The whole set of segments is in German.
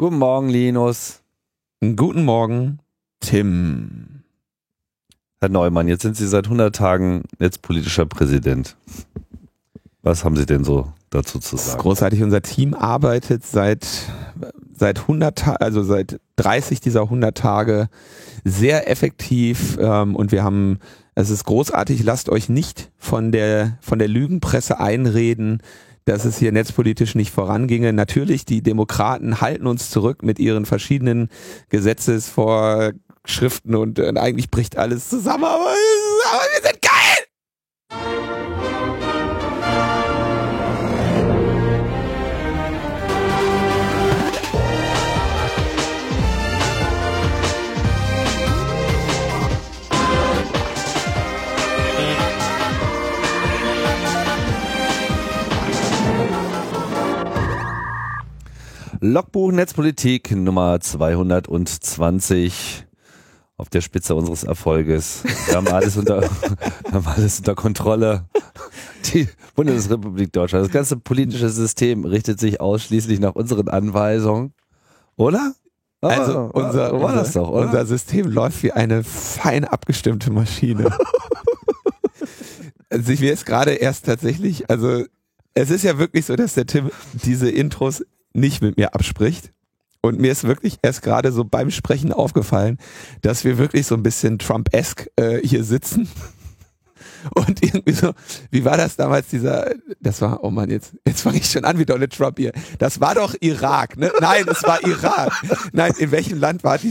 Guten Morgen, Linus. Guten Morgen, Tim. Herr Neumann, jetzt sind Sie seit 100 Tagen netzpolitischer Präsident. Was haben Sie denn so dazu zu sagen? Das ist großartig. Unser Team arbeitet seit 30 dieser 100 Tage sehr effektiv und es ist großartig, lasst euch nicht von der Lügenpresse einreden, dass es hier netzpolitisch nicht voranginge. Natürlich, die Demokraten halten uns zurück mit ihren verschiedenen Gesetzesvorschriften und eigentlich bricht alles zusammen, aber wir sind geil! Logbuch Netzpolitik Nummer 220 auf der Spitze unseres Erfolges. Wir haben alles unter Kontrolle. Die Bundesrepublik Deutschland, das ganze politische System richtet sich ausschließlich nach unseren Anweisungen. Oder? Also unser System läuft wie eine fein abgestimmte Maschine. Also ich will jetzt gerade erst tatsächlich, also es ist ja wirklich so, dass der Tim diese Intros nicht mit mir abspricht. Und mir ist wirklich erst gerade so beim Sprechen aufgefallen, dass wir wirklich so ein bisschen Trump-esque hier sitzen. Und irgendwie so, wie war das damals, oh Mann, jetzt fange ich schon an wie Donald Trump hier. Das war doch Irak, ne? Nein, es war Irak. Nein, in welchem Land war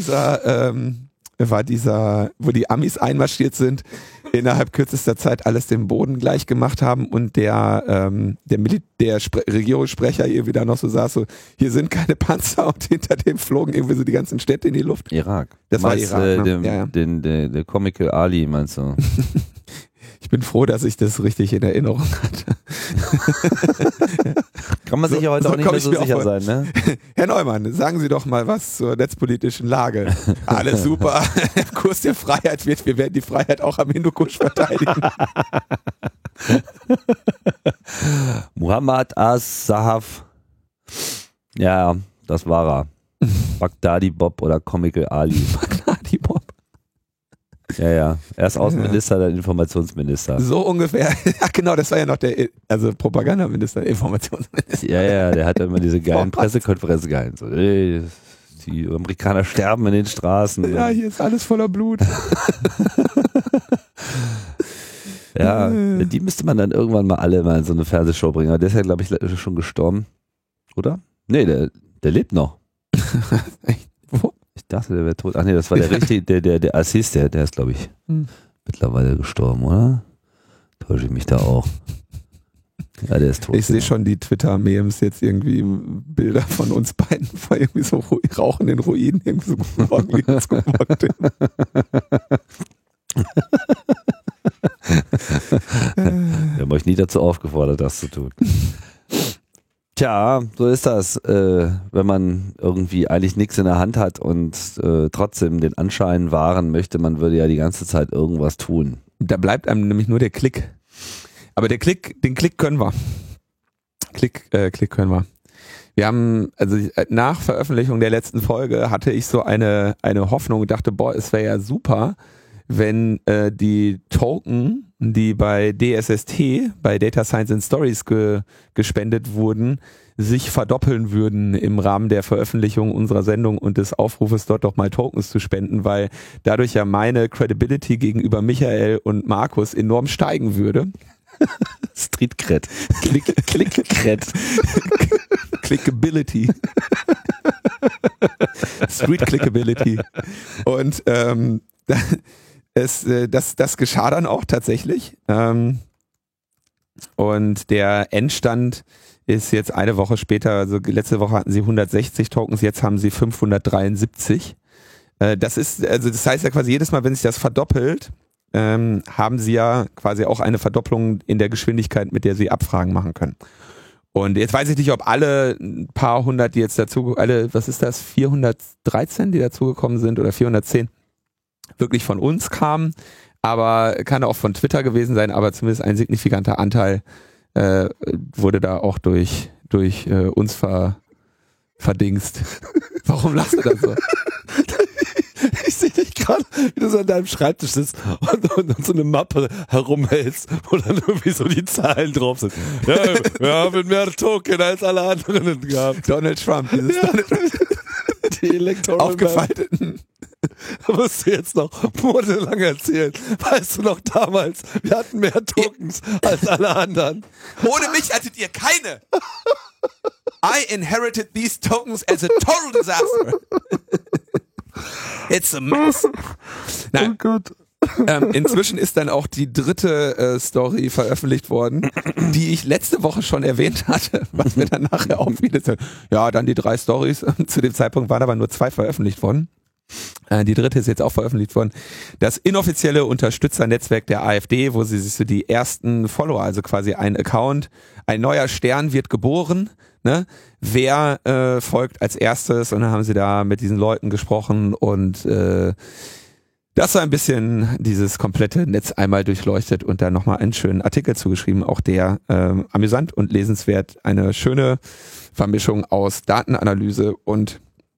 wo die Amis einmarschiert sind, innerhalb kürzester Zeit alles dem Boden gleich gemacht haben und der Regierungssprecher hier wieder noch so saß, so, hier sind keine Panzer und hinter dem flogen irgendwie so die ganzen Städte in die Luft. Irak. Das war Irak, ne? Der Comical Ali, meinst du? Ich bin froh, dass ich das richtig in Erinnerung hatte. Kann man sich ja heute auch nicht mehr so sicher sein, ne? Herr Neumann, sagen Sie doch mal was zur netzpolitischen Lage. Alles super. Kurs der Freiheit wir werden die Freiheit auch am Hindukusch verteidigen. Muhammad As-Sahaf. Ja, das war er. Baghdadi Bob oder Comical Ali. Baghdadi Bob. Ja. Er ist Außenminister, dann Informationsminister. So ungefähr. Ja, genau, das war ja noch Propagandaminister, Informationsminister. Ja, der hat immer diese geilen Pressekonferenzen gehalten. So, ey, die Amerikaner sterben in den Straßen. Ja, hier ist alles voller Blut. Ja, die müsste man dann irgendwann mal alle mal in so eine Fernsehshow bringen. Aber der ist ja, glaube ich, schon gestorben. Oder? Nee, der lebt noch. Wo? Ich dachte, der wäre tot. Ach nee, das war der richtige, der Assis, der ist, glaube ich, mittlerweile gestorben, oder? Täusche ich mich da auch. Ja, der ist tot. Ich sehe schon die Twitter-Memes jetzt irgendwie, Bilder von uns beiden vor irgendwie so rauchenden Ruinen, irgendwie so guten Morgen. Wir haben euch nie dazu aufgefordert, das zu tun. Tja, so ist das, wenn man irgendwie eigentlich nichts in der Hand hat und trotzdem den Anschein wahren möchte, man würde ja die ganze Zeit irgendwas tun. Da bleibt einem nämlich nur der Klick. Aber den Klick können wir. Klick können wir. Wir haben, also nach Veröffentlichung der letzten Folge hatte ich so eine Hoffnung und dachte, boah, es wäre ja super, wenn die Token, die bei DSST, bei Data Science and Stories gespendet wurden, sich verdoppeln würden im Rahmen der Veröffentlichung unserer Sendung und des Aufrufes, dort doch mal Tokens zu spenden, weil dadurch ja meine Credibility gegenüber Michael und Markus enorm steigen würde. Street Cred. Click Cred. Clickability. Street Clickability. Und das geschah dann auch tatsächlich. Und der Endstand ist jetzt eine Woche später, also letzte Woche hatten sie 160 Tokens, jetzt haben sie 573. Das heißt ja quasi jedes Mal, wenn sich das verdoppelt, haben sie ja quasi auch eine Verdopplung in der Geschwindigkeit, mit der sie Abfragen machen können. Und jetzt weiß ich nicht, ob alle ein paar hundert, die jetzt was ist das, 413, die dazugekommen sind oder 410, wirklich von uns kamen, aber kann auch von Twitter gewesen sein, aber zumindest ein signifikanter Anteil wurde da auch durch uns verdingst. Warum lachst du das so? Ich sehe dich gerade, wie du so an deinem Schreibtisch sitzt und so eine Mappe herumhältst, wo dann irgendwie so die Zahlen drauf sind. Ja, wir haben mehr Token als alle anderen gehabt. Donald Trump, dieses Donald Trump. Die Electoral Aufgefalteten. Da musst du jetzt noch monatelang erzählen. Weißt du noch damals, wir hatten mehr Tokens als alle anderen. Ohne mich hattet ihr keine. I inherited these tokens as a total disaster. It's a mess. Nein. Oh Gott. Inzwischen ist dann auch die dritte Story veröffentlicht worden, die ich letzte Woche schon erwähnt hatte, was mir dann nachher auffiel. Ja, dann die 3 Stories. Zu dem Zeitpunkt waren aber nur 2 veröffentlicht worden. Die dritte ist jetzt auch veröffentlicht worden. Das inoffizielle Unterstützernetzwerk der AfD, wo sie sich so die ersten Follower, also quasi ein Account, ein neuer Stern wird geboren. Ne? Wer folgt als erstes? Und dann haben sie da mit diesen Leuten gesprochen und das so ein bisschen dieses komplette Netz einmal durchleuchtet und dann nochmal einen schönen Artikel zugeschrieben, auch der amüsant und lesenswert, eine schöne Vermischung aus Datenanalyse und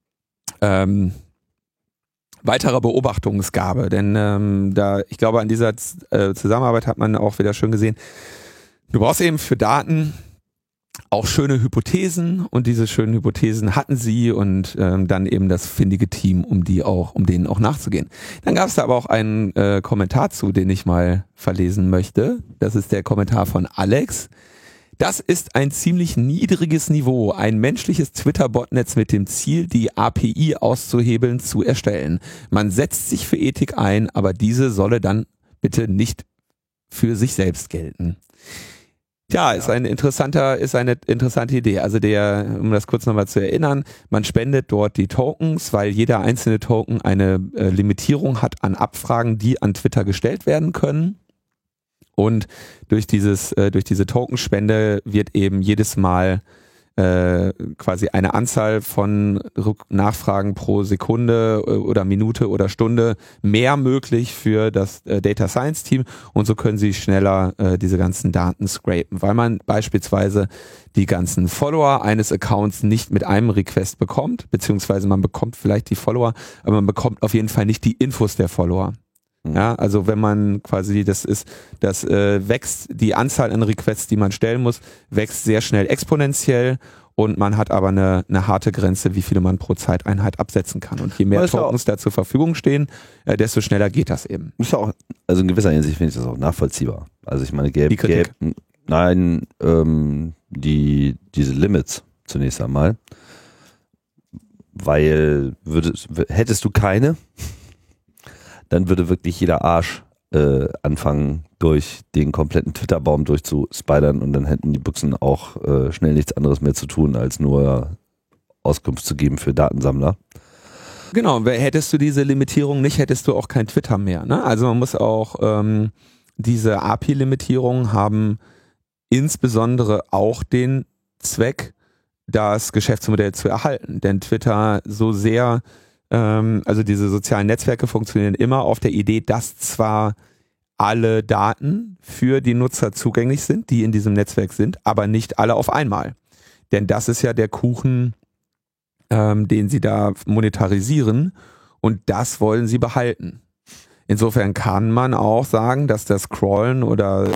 weiterer Beobachtungsgabe, denn ich glaube, an dieser Zusammenarbeit hat man auch wieder schön gesehen, du brauchst eben für Daten auch schöne Hypothesen und diese schönen Hypothesen hatten sie und dann eben das findige Team, um denen auch nachzugehen. Dann gab es da aber auch einen Kommentar zu, den ich mal verlesen möchte. Das ist der Kommentar von Alex. Das ist ein ziemlich niedriges Niveau, ein menschliches Twitter-Botnetz mit dem Ziel, die API auszuhebeln, zu erstellen. Man setzt sich für Ethik ein, aber diese solle dann bitte nicht für sich selbst gelten. Ja, ist eine interessante Idee. Also um das kurz nochmal zu erinnern, man spendet dort die Tokens, weil jeder einzelne Token eine Limitierung hat an Abfragen, die an Twitter gestellt werden können. Und durch diese Tokenspende wird eben jedes Mal quasi eine Anzahl von Nachfragen pro Sekunde oder Minute oder Stunde mehr möglich für das Data Science Team und so können sie schneller diese ganzen Daten scrapen, weil man beispielsweise die ganzen Follower eines Accounts nicht mit einem Request bekommt, beziehungsweise man bekommt vielleicht die Follower, aber man bekommt auf jeden Fall nicht die Infos der Follower. Ja, also wenn man quasi, wächst, die Anzahl an Requests, die man stellen muss, wächst sehr schnell exponentiell und man hat aber eine harte Grenze, wie viele man pro Zeiteinheit absetzen kann. Und je mehr Tokens da zur Verfügung stehen, desto schneller geht das eben. Ist auch, also in gewisser Hinsicht finde ich das auch nachvollziehbar. Also ich meine, diese Limits zunächst einmal, weil hättest du keine, dann würde wirklich jeder Arsch anfangen, durch den kompletten Twitter-Baum durchzuspidern und dann hätten die Büchsen auch schnell nichts anderes mehr zu tun, als nur Auskunft zu geben für Datensammler. Genau, hättest du diese Limitierung nicht, hättest du auch kein Twitter mehr. Ne? Also man muss auch diese API-Limitierungen haben insbesondere auch den Zweck, das Geschäftsmodell zu erhalten. Denn Twitter so sehr also diese sozialen Netzwerke funktionieren immer auf der Idee, dass zwar alle Daten für die Nutzer zugänglich sind, die in diesem Netzwerk sind, aber nicht alle auf einmal. Denn das ist ja der Kuchen, den sie da monetarisieren und das wollen sie behalten. Insofern kann man auch sagen, dass das Crawlen oder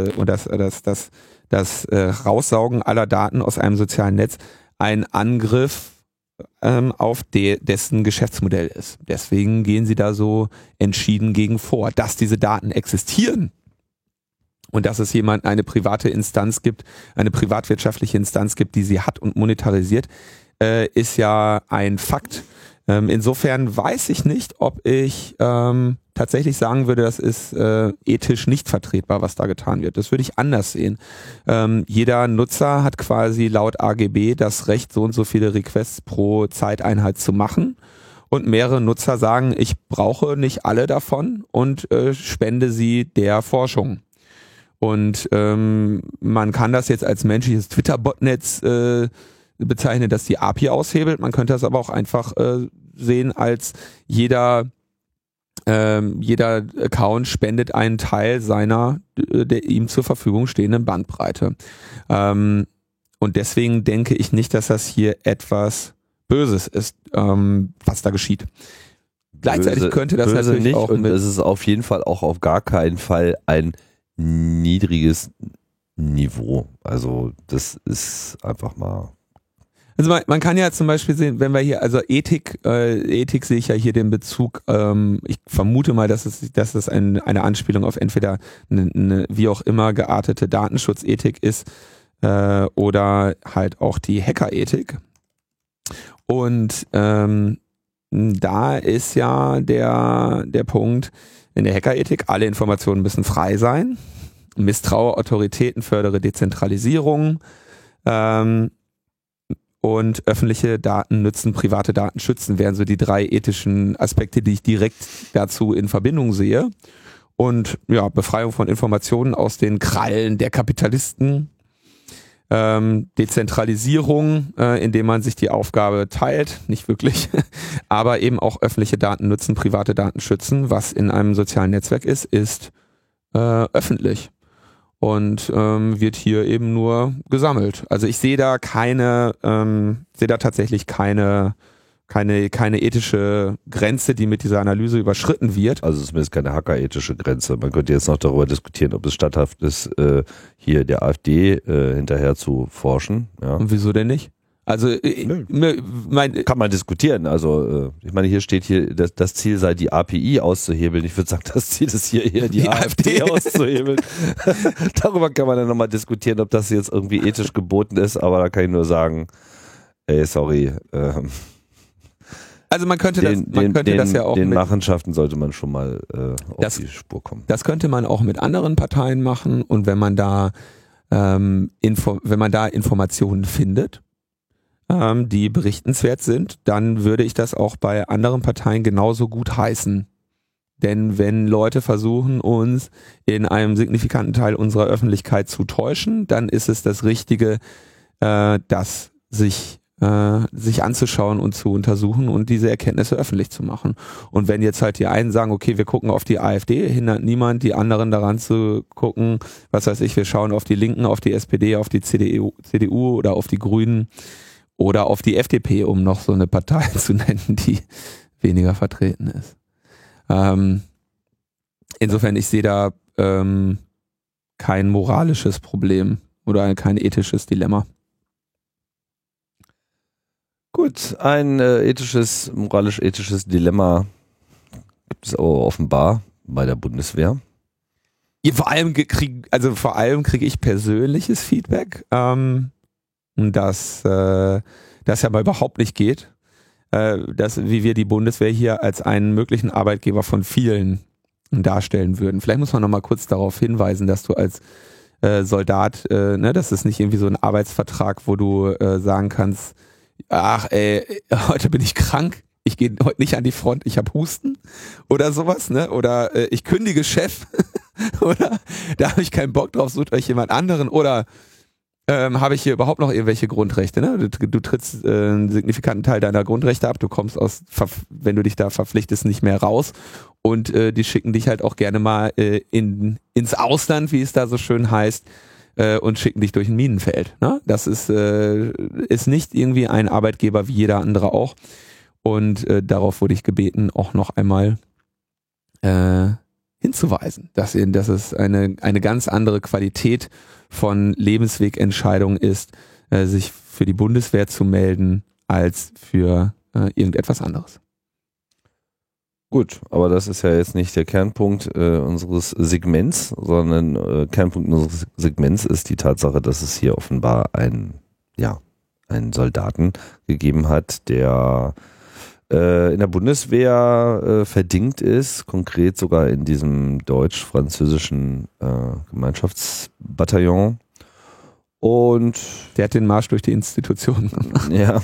das Raussaugen aller Daten aus einem sozialen Netz ein Angriff auf dessen Geschäftsmodell ist. Deswegen gehen sie da so entschieden gegen vor. Dass diese Daten existieren und dass es eine private Instanz gibt, eine privatwirtschaftliche Instanz gibt, die sie hat und monetarisiert, ist ja ein Fakt. Insofern weiß ich nicht, ob ich tatsächlich sagen würde, das ist ethisch nicht vertretbar, was da getan wird. Das würde ich anders sehen. Jeder Nutzer hat quasi laut AGB das Recht, so und so viele Requests pro Zeiteinheit zu machen. Und mehrere Nutzer sagen, ich brauche nicht alle davon und spende sie der Forschung. Und man kann das jetzt als menschliches Twitter-Botnetz bezeichnen, dass die API aushebelt. Man könnte das aber auch einfach sehen, als jeder Account spendet einen Teil der ihm zur Verfügung stehenden Bandbreite. Und deswegen denke ich nicht, dass das hier etwas Böses ist, was da geschieht. Gleichzeitig könnte das böse natürlich nicht, auch und es ist auf jeden Fall auch auf gar keinen Fall ein niedriges Niveau. Also das ist einfach mal. Also man kann ja zum Beispiel sehen, wenn wir hier, also Ethik sehe ich ja hier den Bezug, ich vermute mal, dass es eine Anspielung auf entweder eine wie auch immer geartete Datenschutzethik ist oder halt auch die Hackerethik. Und da ist ja der Punkt in der Hackerethik, alle Informationen müssen frei sein, misstraue Autoritäten, fördere Dezentralisierung, und öffentliche Daten nützen, private Daten schützen, wären so die 3 ethischen Aspekte, die ich direkt dazu in Verbindung sehe. Und ja, Befreiung von Informationen aus den Krallen der Kapitalisten, Dezentralisierung, indem man sich die Aufgabe teilt, nicht wirklich, aber eben auch öffentliche Daten nutzen, private Daten schützen, was in einem sozialen Netzwerk ist öffentlich. Und wird hier eben nur gesammelt. Also ich sehe da tatsächlich keine ethische Grenze, die mit dieser Analyse überschritten wird. Also zumindest keine hackerethische Grenze. Man könnte jetzt noch darüber diskutieren, ob es statthaft ist, hier der AfD hinterher zu forschen. Ja. Und wieso denn nicht? Also kann man diskutieren. Also ich meine, hier steht das Ziel sei, die API auszuhebeln. Ich würde sagen, das Ziel ist hier eher die AfD auszuhebeln. Darüber kann man dann nochmal diskutieren, ob das jetzt irgendwie ethisch geboten ist, aber da kann ich nur sagen, ey, sorry. Also man könnte das ja auch den Machenschaften sollte man schon mal auf die Spur kommen. Das könnte man auch mit anderen Parteien machen, und wenn man da Informationen findet, die berichtenswert sind, dann würde ich das auch bei anderen Parteien genauso gut heißen. Denn wenn Leute versuchen, uns in einem signifikanten Teil unserer Öffentlichkeit zu täuschen, dann ist es das Richtige, das sich anzuschauen und zu untersuchen und diese Erkenntnisse öffentlich zu machen. Und wenn jetzt halt die einen sagen, okay, wir gucken auf die AfD, hindert niemand die anderen daran zu gucken, was weiß ich, wir schauen auf die Linken, auf die SPD, auf die CDU oder auf die Grünen oder auf die FDP, um noch so eine Partei zu nennen, die weniger vertreten ist. Insofern, ich sehe da kein moralisches Problem oder kein ethisches Dilemma. Gut, ein moralisch-ethisches Dilemma gibt es aber offenbar bei der Bundeswehr. Ja, vor allem kriege ich persönliches Feedback, dass das ja mal überhaupt nicht geht, wie wir die Bundeswehr hier als einen möglichen Arbeitgeber von vielen darstellen würden. Vielleicht muss man noch mal kurz darauf hinweisen, dass du als Soldat, das ist nicht irgendwie so ein Arbeitsvertrag, wo du sagen kannst, ach ey, heute bin ich krank, ich gehe heute nicht an die Front, ich habe Husten oder sowas, ne? Oder ich kündige Chef oder da habe ich keinen Bock drauf, sucht euch jemand anderen, oder habe ich hier überhaupt noch irgendwelche Grundrechte, ne? Du trittst einen signifikanten Teil deiner Grundrechte ab, du kommst wenn du dich da verpflichtest, nicht mehr raus, und die schicken dich halt auch gerne mal ins Ausland, wie es da so schön heißt, und schicken dich durch ein Minenfeld, ne? Das ist nicht irgendwie ein Arbeitgeber wie jeder andere auch, und darauf wurde ich gebeten, auch noch einmal hinzuweisen, dass es eine ganz andere Qualität von Lebenswegentscheidungen ist, sich für die Bundeswehr zu melden, als für irgendetwas anderes. Gut, aber das ist ja jetzt nicht der Kernpunkt unseres Segments, sondern Kernpunkt unseres Segments ist die Tatsache, dass es hier offenbar einen Soldaten gegeben hat, der in der Bundeswehr verdingt ist, konkret sogar in diesem deutsch-französischen Gemeinschaftsbataillon. Und der hat den Marsch durch die Institutionen gemacht. Ja.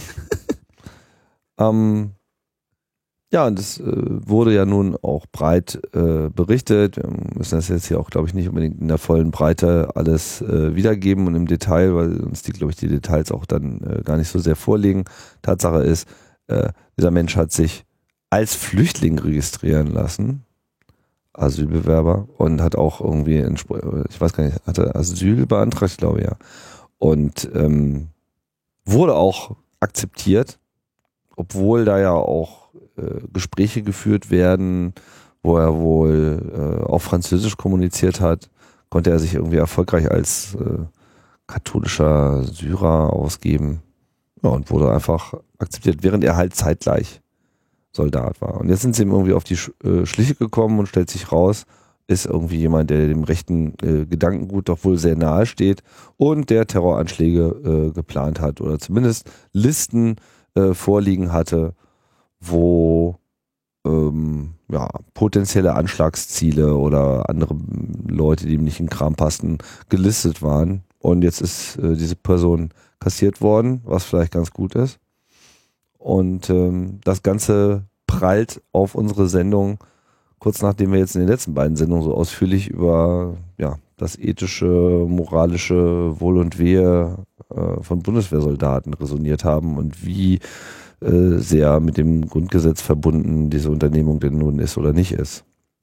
Ja, und das wurde ja nun auch breit berichtet. Wir müssen das jetzt hier auch, glaube ich, nicht unbedingt in der vollen Breite alles wiedergeben und im Detail, weil uns die Details auch dann gar nicht so sehr vorliegen. Tatsache ist, dieser Mensch hat sich als Flüchtling registrieren lassen, Asylbewerber, und hat auch irgendwie, ich weiß gar nicht, hatte Asyl beantragt, glaube ich, ja. Und wurde auch akzeptiert, obwohl da ja auch Gespräche geführt werden, wo er wohl auf Französisch kommuniziert hat, konnte er sich irgendwie erfolgreich als katholischer Syrer ausgeben. Ja, und wurde einfach akzeptiert, während er halt zeitgleich Soldat war. Und jetzt sind sie ihm irgendwie auf die Schliche gekommen und stellt sich raus, ist irgendwie jemand, der dem rechten Gedankengut doch wohl sehr nahe steht und der Terroranschläge geplant hat oder zumindest Listen vorliegen hatte, wo potenzielle Anschlagsziele oder andere Leute, die ihm nicht in den Kram passten, gelistet waren. Und jetzt ist diese Person kassiert worden, was vielleicht ganz gut ist. Und das Ganze prallt auf unsere Sendung, kurz nachdem wir jetzt in den letzten beiden Sendungen so ausführlich über das ethische, moralische Wohl und Wehe von Bundeswehrsoldaten resoniert haben und wie sehr mit dem Grundgesetz verbunden diese Unternehmung denn nun ist oder nicht ist.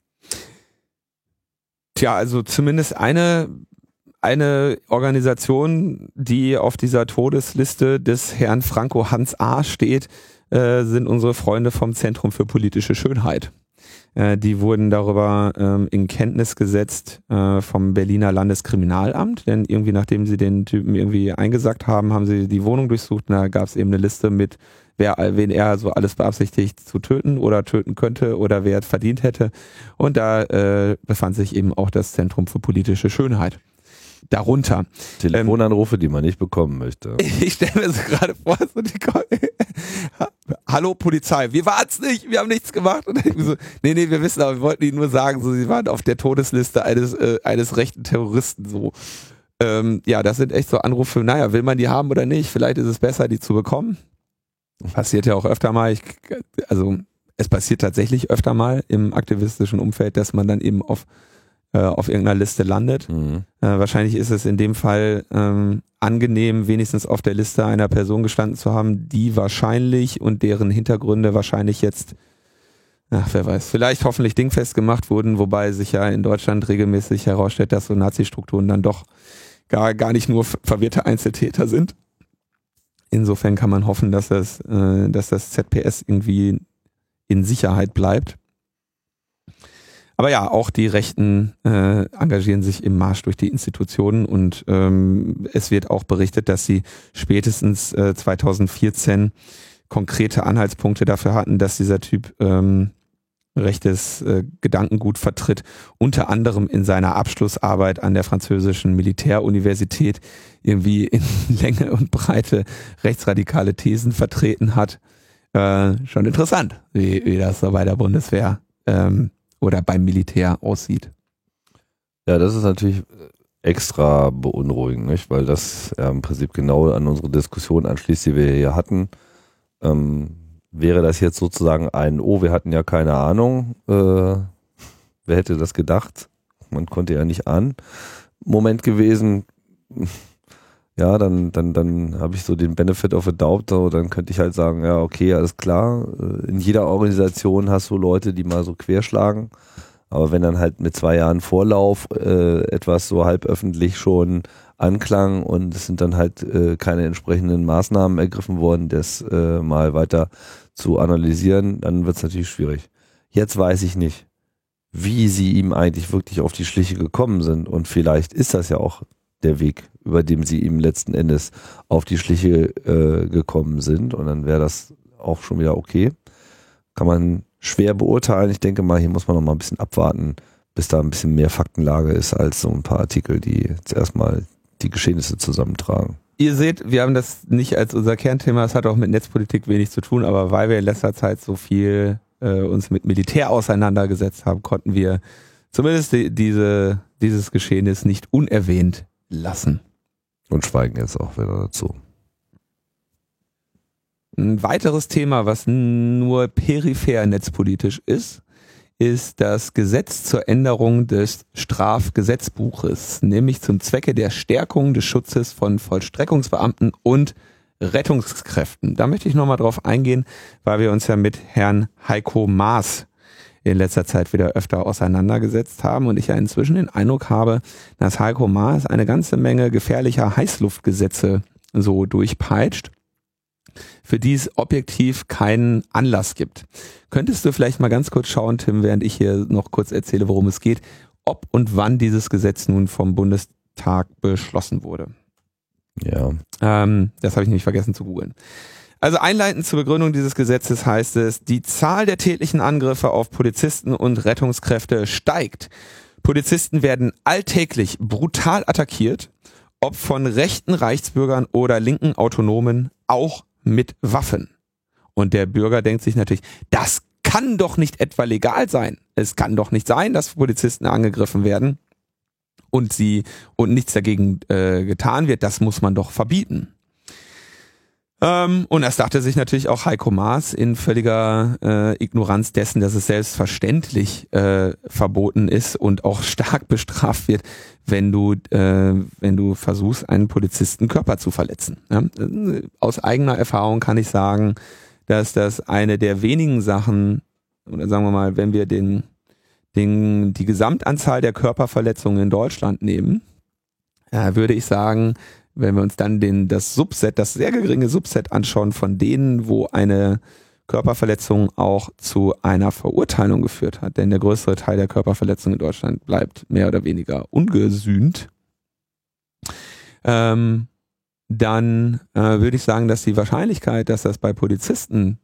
Tja, also zumindest eine Organisation, die auf dieser Todesliste des Herrn Franco Hans A. steht, sind unsere Freunde vom Zentrum für politische Schönheit. Die wurden darüber in Kenntnis gesetzt vom Berliner Landeskriminalamt, denn irgendwie nachdem sie den Typen irgendwie eingesackt haben, haben sie die Wohnung durchsucht und da gab es eben eine Liste mit, wen er so alles beabsichtigt zu töten oder töten könnte oder wer es verdient hätte. Und da befand sich eben auch das Zentrum für politische Schönheit darunter. Telefonanrufe, die man nicht bekommen möchte. Ich stelle mir so gerade vor, so hallo Polizei, wir waren's nicht, wir haben nichts gemacht. Und ich so, nee, wir wissen, aber wir wollten Ihnen nur sagen, so, Sie waren auf der Todesliste eines rechten Terroristen. So, das sind echt so Anrufe, naja, will man die haben oder nicht? Vielleicht ist es besser, die zu bekommen. Passiert ja auch öfter mal, es passiert tatsächlich öfter mal im aktivistischen Umfeld, dass man dann eben auf irgendeiner Liste landet. Mhm. Wahrscheinlich ist es in dem Fall angenehm, wenigstens auf der Liste einer Person gestanden zu haben, die wahrscheinlich und deren Hintergründe wahrscheinlich jetzt, wer weiß, vielleicht hoffentlich dingfest gemacht wurden, wobei sich ja in Deutschland regelmäßig herausstellt, dass so Nazi-Strukturen dann doch gar nicht nur verwirrte Einzeltäter sind. Insofern kann man hoffen, dass das ZPS irgendwie in Sicherheit bleibt. Aber ja, auch die Rechten engagieren sich im Marsch durch die Institutionen und es wird auch berichtet, dass sie spätestens 2014 konkrete Anhaltspunkte dafür hatten, dass dieser Typ rechtes Gedankengut vertritt, unter anderem in seiner Abschlussarbeit an der französischen Militäruniversität irgendwie in Länge und Breite rechtsradikale Thesen vertreten hat. Schon interessant, wie das so bei der Bundeswehr oder beim Militär aussieht. Ja, das ist natürlich extra beunruhigend, nicht? Weil das im Prinzip genau an unsere Diskussion anschließt, die wir hier hatten. Wäre das jetzt sozusagen wir hatten ja keine Ahnung, wer hätte das gedacht? Man konnte ja nicht ahnen. Moment gewesen, ja, dann habe ich so den Benefit of a doubt, so, dann könnte ich halt sagen, ja, okay, alles klar, in jeder Organisation hast du Leute, die mal so querschlagen, aber wenn dann halt mit 2 Jahren Vorlauf etwas so halb öffentlich schon anklang und es sind dann halt keine entsprechenden Maßnahmen ergriffen worden, das mal weiter zu analysieren, dann wird es natürlich schwierig. Jetzt weiß ich nicht, wie sie ihm eigentlich wirklich auf die Schliche gekommen sind und vielleicht ist das ja auch der Weg, über dem sie ihm letzten Endes auf die Schliche gekommen sind und dann wäre das auch schon wieder okay. Kann man schwer beurteilen. Ich denke mal, hier muss man noch mal ein bisschen abwarten, bis da ein bisschen mehr Faktenlage ist als so ein paar Artikel, die jetzt erstmal die Geschehnisse zusammentragen. Ihr seht, wir haben das nicht als unser Kernthema, es hat auch mit Netzpolitik wenig zu tun, aber weil wir in letzter Zeit so viel uns mit Militär auseinandergesetzt haben, konnten wir zumindest dieses Geschehnis nicht unerwähnt lassen. Und schweigen jetzt auch wieder dazu. Ein weiteres Thema, was nur peripher netzpolitisch ist das Gesetz zur Änderung des Strafgesetzbuches, nämlich zum Zwecke der Stärkung des Schutzes von Vollstreckungsbeamten und Rettungskräften. Da möchte ich nochmal drauf eingehen, weil wir uns ja mit Herrn Heiko Maas in letzter Zeit wieder öfter auseinandergesetzt haben und ich ja inzwischen den Eindruck habe, dass Heiko Maas eine ganze Menge gefährlicher Heißluftgesetze so durchpeitscht. für die es objektiv keinen Anlass gibt. Könntest du vielleicht mal ganz kurz schauen, Tim, während ich hier noch kurz erzähle, worum es geht, ob und wann dieses Gesetz nun vom Bundestag beschlossen wurde? Ja. Das habe ich nämlich vergessen zu googeln. Also einleitend zur Begründung dieses Gesetzes heißt es, die Zahl der tätlichen Angriffe auf Polizisten und Rettungskräfte steigt. Polizisten werden alltäglich brutal attackiert, ob von rechten Reichsbürgern oder linken Autonomen, auch mit Waffen. Und der Bürger denkt sich natürlich, das kann doch nicht etwa legal sein. Es kann doch nicht sein, dass Polizisten angegriffen werden und nichts dagegen getan wird. Das muss man doch verbieten. Und das dachte sich natürlich auch Heiko Maas in völliger Ignoranz dessen, dass es selbstverständlich verboten ist und auch stark bestraft wird, wenn du versuchst, einen Polizisten Körper zu verletzen. Ja? Aus eigener Erfahrung kann ich sagen, dass das eine der wenigen Sachen, oder sagen wir mal, wenn wir die Gesamtanzahl der Körperverletzungen in Deutschland nehmen, würde ich sagen, wenn wir uns dann das sehr geringe Subset anschauen von denen, wo eine Körperverletzung auch zu einer Verurteilung geführt hat, denn der größere Teil der Körperverletzungen in Deutschland bleibt mehr oder weniger ungesühnt, dann würde ich sagen, dass die Wahrscheinlichkeit, dass das bei Polizisten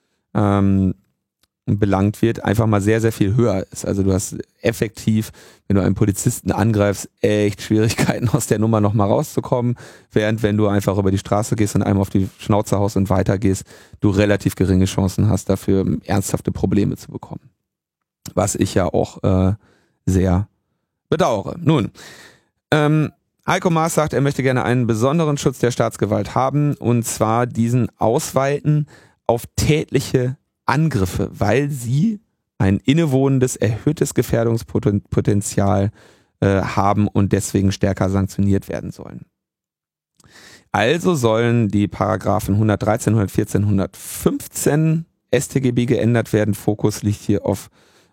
belangt wird, einfach mal sehr, sehr viel höher ist. Also du hast effektiv, wenn du einen Polizisten angreifst, echt Schwierigkeiten aus der Nummer nochmal rauszukommen, während wenn du einfach über die Straße gehst und einem auf die Schnauze haust und weitergehst, du relativ geringe Chancen hast, dafür ernsthafte Probleme zu bekommen. Was ich ja auch sehr bedauere. Nun, Heiko Maas sagt, er möchte gerne einen besonderen Schutz der Staatsgewalt haben, und zwar diesen ausweiten auf tätliche Angriffe, weil sie ein innewohnendes, erhöhtes Gefährdungspotenzial haben und deswegen stärker sanktioniert werden sollen. Also sollen die Paragraphen 113, 114, 115 StGB geändert werden. Fokus liegt hier auf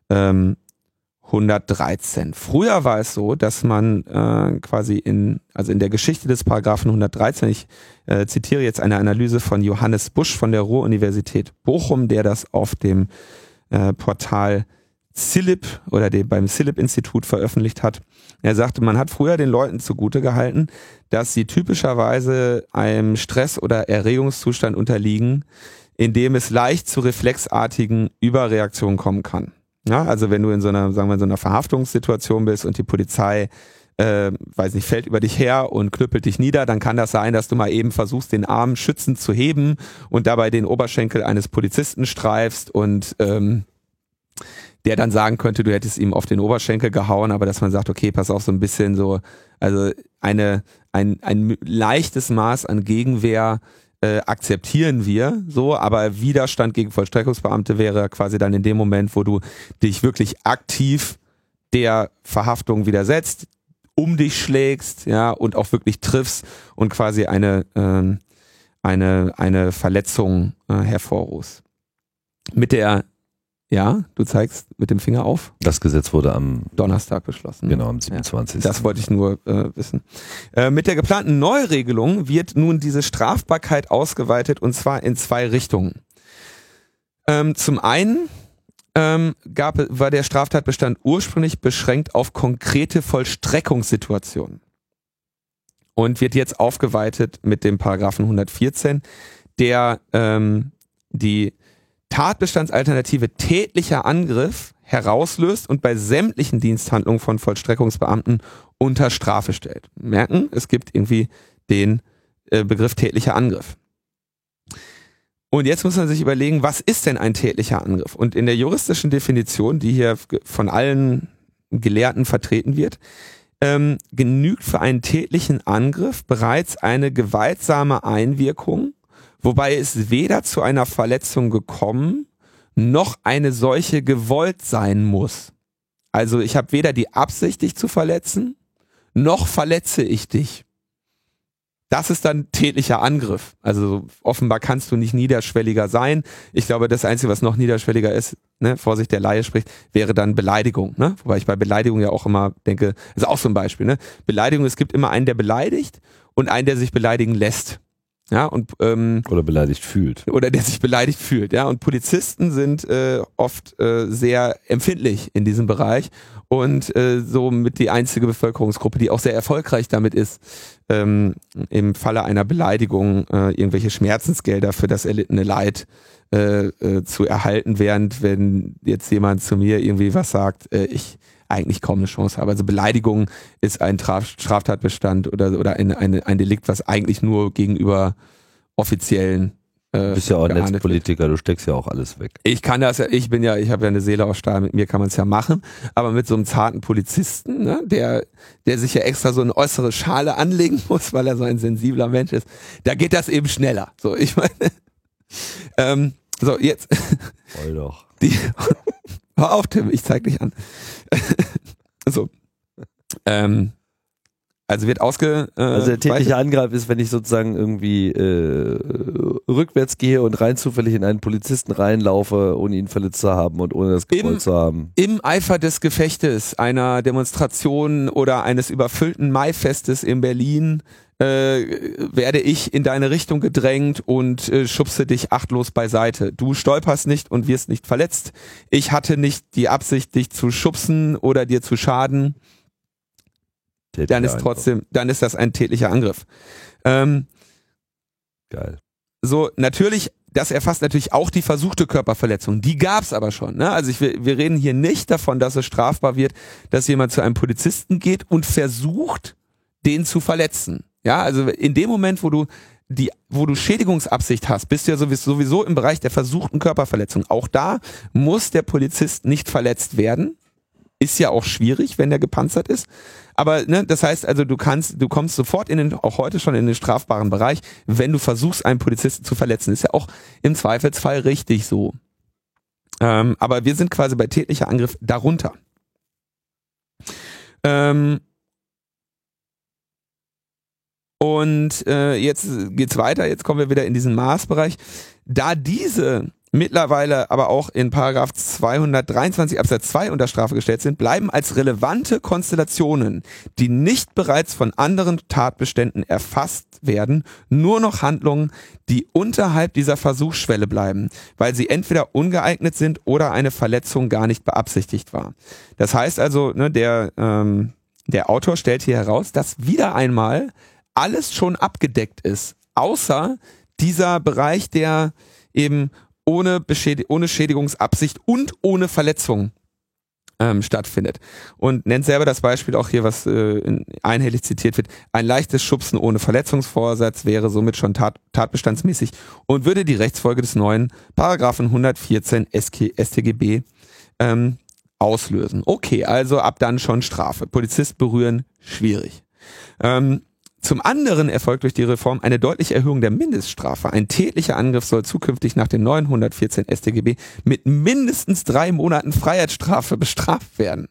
113. Früher war es so, dass man quasi in der Geschichte des Paragraphen 113, ich zitiere jetzt eine Analyse von Johannes Busch von der Ruhr-Universität Bochum, der das auf dem Portal CILIP oder beim CILIP-Institut veröffentlicht hat. Er sagte, man hat früher den Leuten zugute gehalten, dass sie typischerweise einem Stress- oder Erregungszustand unterliegen, in dem es leicht zu reflexartigen Überreaktionen kommen kann. Ja, also wenn du in so einer Verhaftungssituation bist und die Polizei, fällt über dich her und knüppelt dich nieder, dann kann das sein, dass du mal eben versuchst, den Arm schützend zu heben und dabei den Oberschenkel eines Polizisten streifst und der dann sagen könnte, du hättest ihm auf den Oberschenkel gehauen, aber dass man sagt, okay, pass auf, so ein bisschen so, also ein leichtes Maß an Gegenwehr akzeptieren wir so, aber Widerstand gegen Vollstreckungsbeamte wäre quasi dann in dem Moment, wo du dich wirklich aktiv der Verhaftung widersetzt, um dich schlägst, ja, und auch wirklich triffst und quasi eine Verletzung hervorrufst. Du zeigst mit dem Finger auf. Das Gesetz wurde am Donnerstag beschlossen. Genau, am 27. Ja, das wollte ich nur wissen. Mit der geplanten Neuregelung wird nun diese Strafbarkeit ausgeweitet, und zwar in 2 Richtungen. Zum einen war der Straftatbestand ursprünglich beschränkt auf konkrete Vollstreckungssituationen und wird jetzt aufgeweitet mit dem Paragraphen 114, der die Tatbestandsalternative tätlicher Angriff herauslöst und bei sämtlichen Diensthandlungen von Vollstreckungsbeamten unter Strafe stellt. Merken, es gibt irgendwie den Begriff tätlicher Angriff. Und jetzt muss man sich überlegen, was ist denn ein tätlicher Angriff? Und in der juristischen Definition, die hier von allen Gelehrten vertreten wird, genügt für einen tätlichen Angriff bereits eine gewaltsame Einwirkung, wobei es weder zu einer Verletzung gekommen, noch eine solche gewollt sein muss. Also ich habe weder die Absicht, dich zu verletzen, noch verletze ich dich. Das ist dann tätlicher Angriff. Also offenbar kannst du nicht niederschwelliger sein. Ich glaube, das Einzige, was noch niederschwelliger ist, Vorsicht, der Laie spricht, wäre dann Beleidigung. Wobei ich bei Beleidigung ja auch immer denke, das ist auch so ein Beispiel. Beleidigung, es gibt immer einen, der beleidigt und einen, der sich beleidigen lässt. Ja, und oder beleidigt fühlt. Oder der sich beleidigt fühlt, ja. Und Polizisten sind oft sehr empfindlich in diesem Bereich und somit die einzige Bevölkerungsgruppe, die auch sehr erfolgreich damit ist, im Falle einer Beleidigung irgendwelche Schmerzensgelder für das erlittene Leid zu erhalten, während wenn jetzt jemand zu mir irgendwie was sagt, ich eigentlich kaum eine Chance habe. Also Beleidigung ist ein Straftatbestand oder ein Delikt, was eigentlich nur gegenüber offiziellen Du bist ja auch Netzpolitiker, du steckst ja auch alles weg. Ich kann das ja, ich habe ja eine Seele aus Stahl, mit mir kann man es ja machen, aber mit so einem zarten Polizisten, ne, der sich ja extra so eine äußere Schale anlegen muss, weil er so ein sensibler Mensch ist, da geht das eben schneller. So, ich meine, so jetzt. Voll doch. Hör auf, Tim, ich zeig dich an. So. Also wird also der tägliche Angriff ist, wenn ich sozusagen irgendwie rückwärts gehe und rein zufällig in einen Polizisten reinlaufe, ohne ihn verletzt zu haben und ohne das gewollt zu haben. Im Eifer des Gefechtes, einer Demonstration oder eines überfüllten Maifestes in Berlin werde ich in deine Richtung gedrängt und schubse dich achtlos beiseite. Du stolperst nicht und wirst nicht verletzt. Ich hatte nicht die Absicht, dich zu schubsen oder dir zu schaden. Dann ist das ein tätlicher Angriff. Geil. So, natürlich, das erfasst natürlich auch die versuchte Körperverletzung. Die gab's aber schon. Ne? Also wir reden hier nicht davon, dass es strafbar wird, dass jemand zu einem Polizisten geht und versucht, den zu verletzen. Ja, also in dem Moment, wo du Schädigungsabsicht hast, bist du ja sowieso im Bereich der versuchten Körperverletzung. Auch da muss der Polizist nicht verletzt werden. Ist ja auch schwierig, wenn der gepanzert ist. Aber ne, das heißt also, du kommst sofort auch heute schon in den strafbaren Bereich, wenn du versuchst, einen Polizisten zu verletzen. Ist ja auch im Zweifelsfall richtig so. Aber wir sind quasi bei tätlicher Angriff darunter. Und jetzt geht's weiter, jetzt kommen wir wieder in diesen Maßbereich. Da diese mittlerweile aber auch in Paragraph 223 Absatz 2 unter Strafe gestellt sind, bleiben als relevante Konstellationen, die nicht bereits von anderen Tatbeständen erfasst werden, nur noch Handlungen, die unterhalb dieser Versuchsschwelle bleiben, weil sie entweder ungeeignet sind oder eine Verletzung gar nicht beabsichtigt war. Das heißt also, ne, der Autor stellt hier heraus, dass wieder einmal alles schon abgedeckt ist, außer dieser Bereich, der eben ohne Schädigungsabsicht und ohne Verletzung stattfindet. Und nennt selber das Beispiel auch hier, was einhellig zitiert wird. Ein leichtes Schubsen ohne Verletzungsvorsatz wäre somit schon tatbestandsmäßig und würde die Rechtsfolge des neuen Paragraphen 114 StGB auslösen. Okay, also ab dann schon Strafe. Polizist berühren, schwierig. Zum anderen erfolgt durch die Reform eine deutliche Erhöhung der Mindeststrafe. Ein tätlicher Angriff soll zukünftig nach dem 914 StGB mit mindestens 3 Monaten Freiheitsstrafe bestraft werden.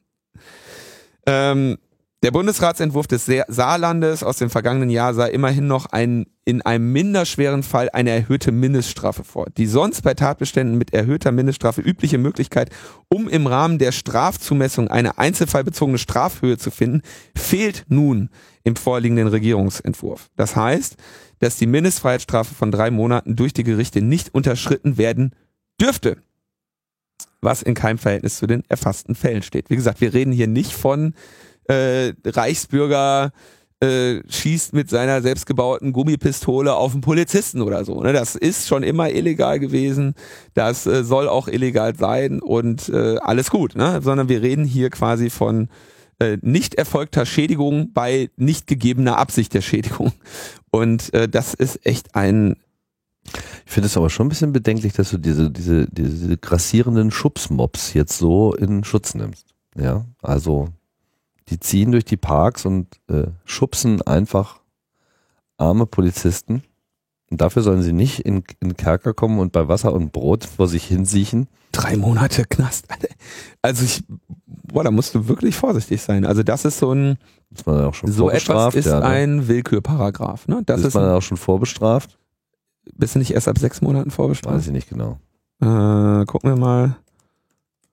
Der Bundesratsentwurf des Saarlandes aus dem vergangenen Jahr sah immerhin noch in einem minderschweren Fall eine erhöhte Mindeststrafe vor. Die sonst bei Tatbeständen mit erhöhter Mindeststrafe übliche Möglichkeit, um im Rahmen der Strafzumessung eine einzelfallbezogene Strafhöhe zu finden, fehlt nun im vorliegenden Regierungsentwurf. Das heißt, dass die Mindestfreiheitsstrafe von 3 Monaten durch die Gerichte nicht unterschritten werden dürfte, was in keinem Verhältnis zu den erfassten Fällen steht. Wie gesagt, wir reden hier nicht von Reichsbürger schießt mit seiner selbstgebauten Gummipistole auf einen Polizisten oder so. Ne? Das ist schon immer illegal gewesen, das soll auch illegal sein und alles gut. Ne? Sondern wir reden hier quasi von nicht erfolgter Schädigung bei nicht gegebener Absicht der Schädigung. Und das ist echt Ich finde es aber schon ein bisschen bedenklich, dass du diese grassierenden Schubsmobs jetzt so in Schutz nimmst. Ja, also die ziehen durch die Parks und schubsen einfach arme Polizisten. Und dafür sollen sie nicht in den Kerker kommen und bei Wasser und Brot vor sich hinsiechen. 3 Monate Knast. Also da musst du wirklich vorsichtig sein. Also das ist so ein, ist man auch schon so etwas ist ja, ne? Ein Willkürparagraph. Ne? Das ist man auch schon vorbestraft? Bist du nicht erst ab 6 Monaten vorbestraft? Weiß ich nicht genau. Gucken wir mal.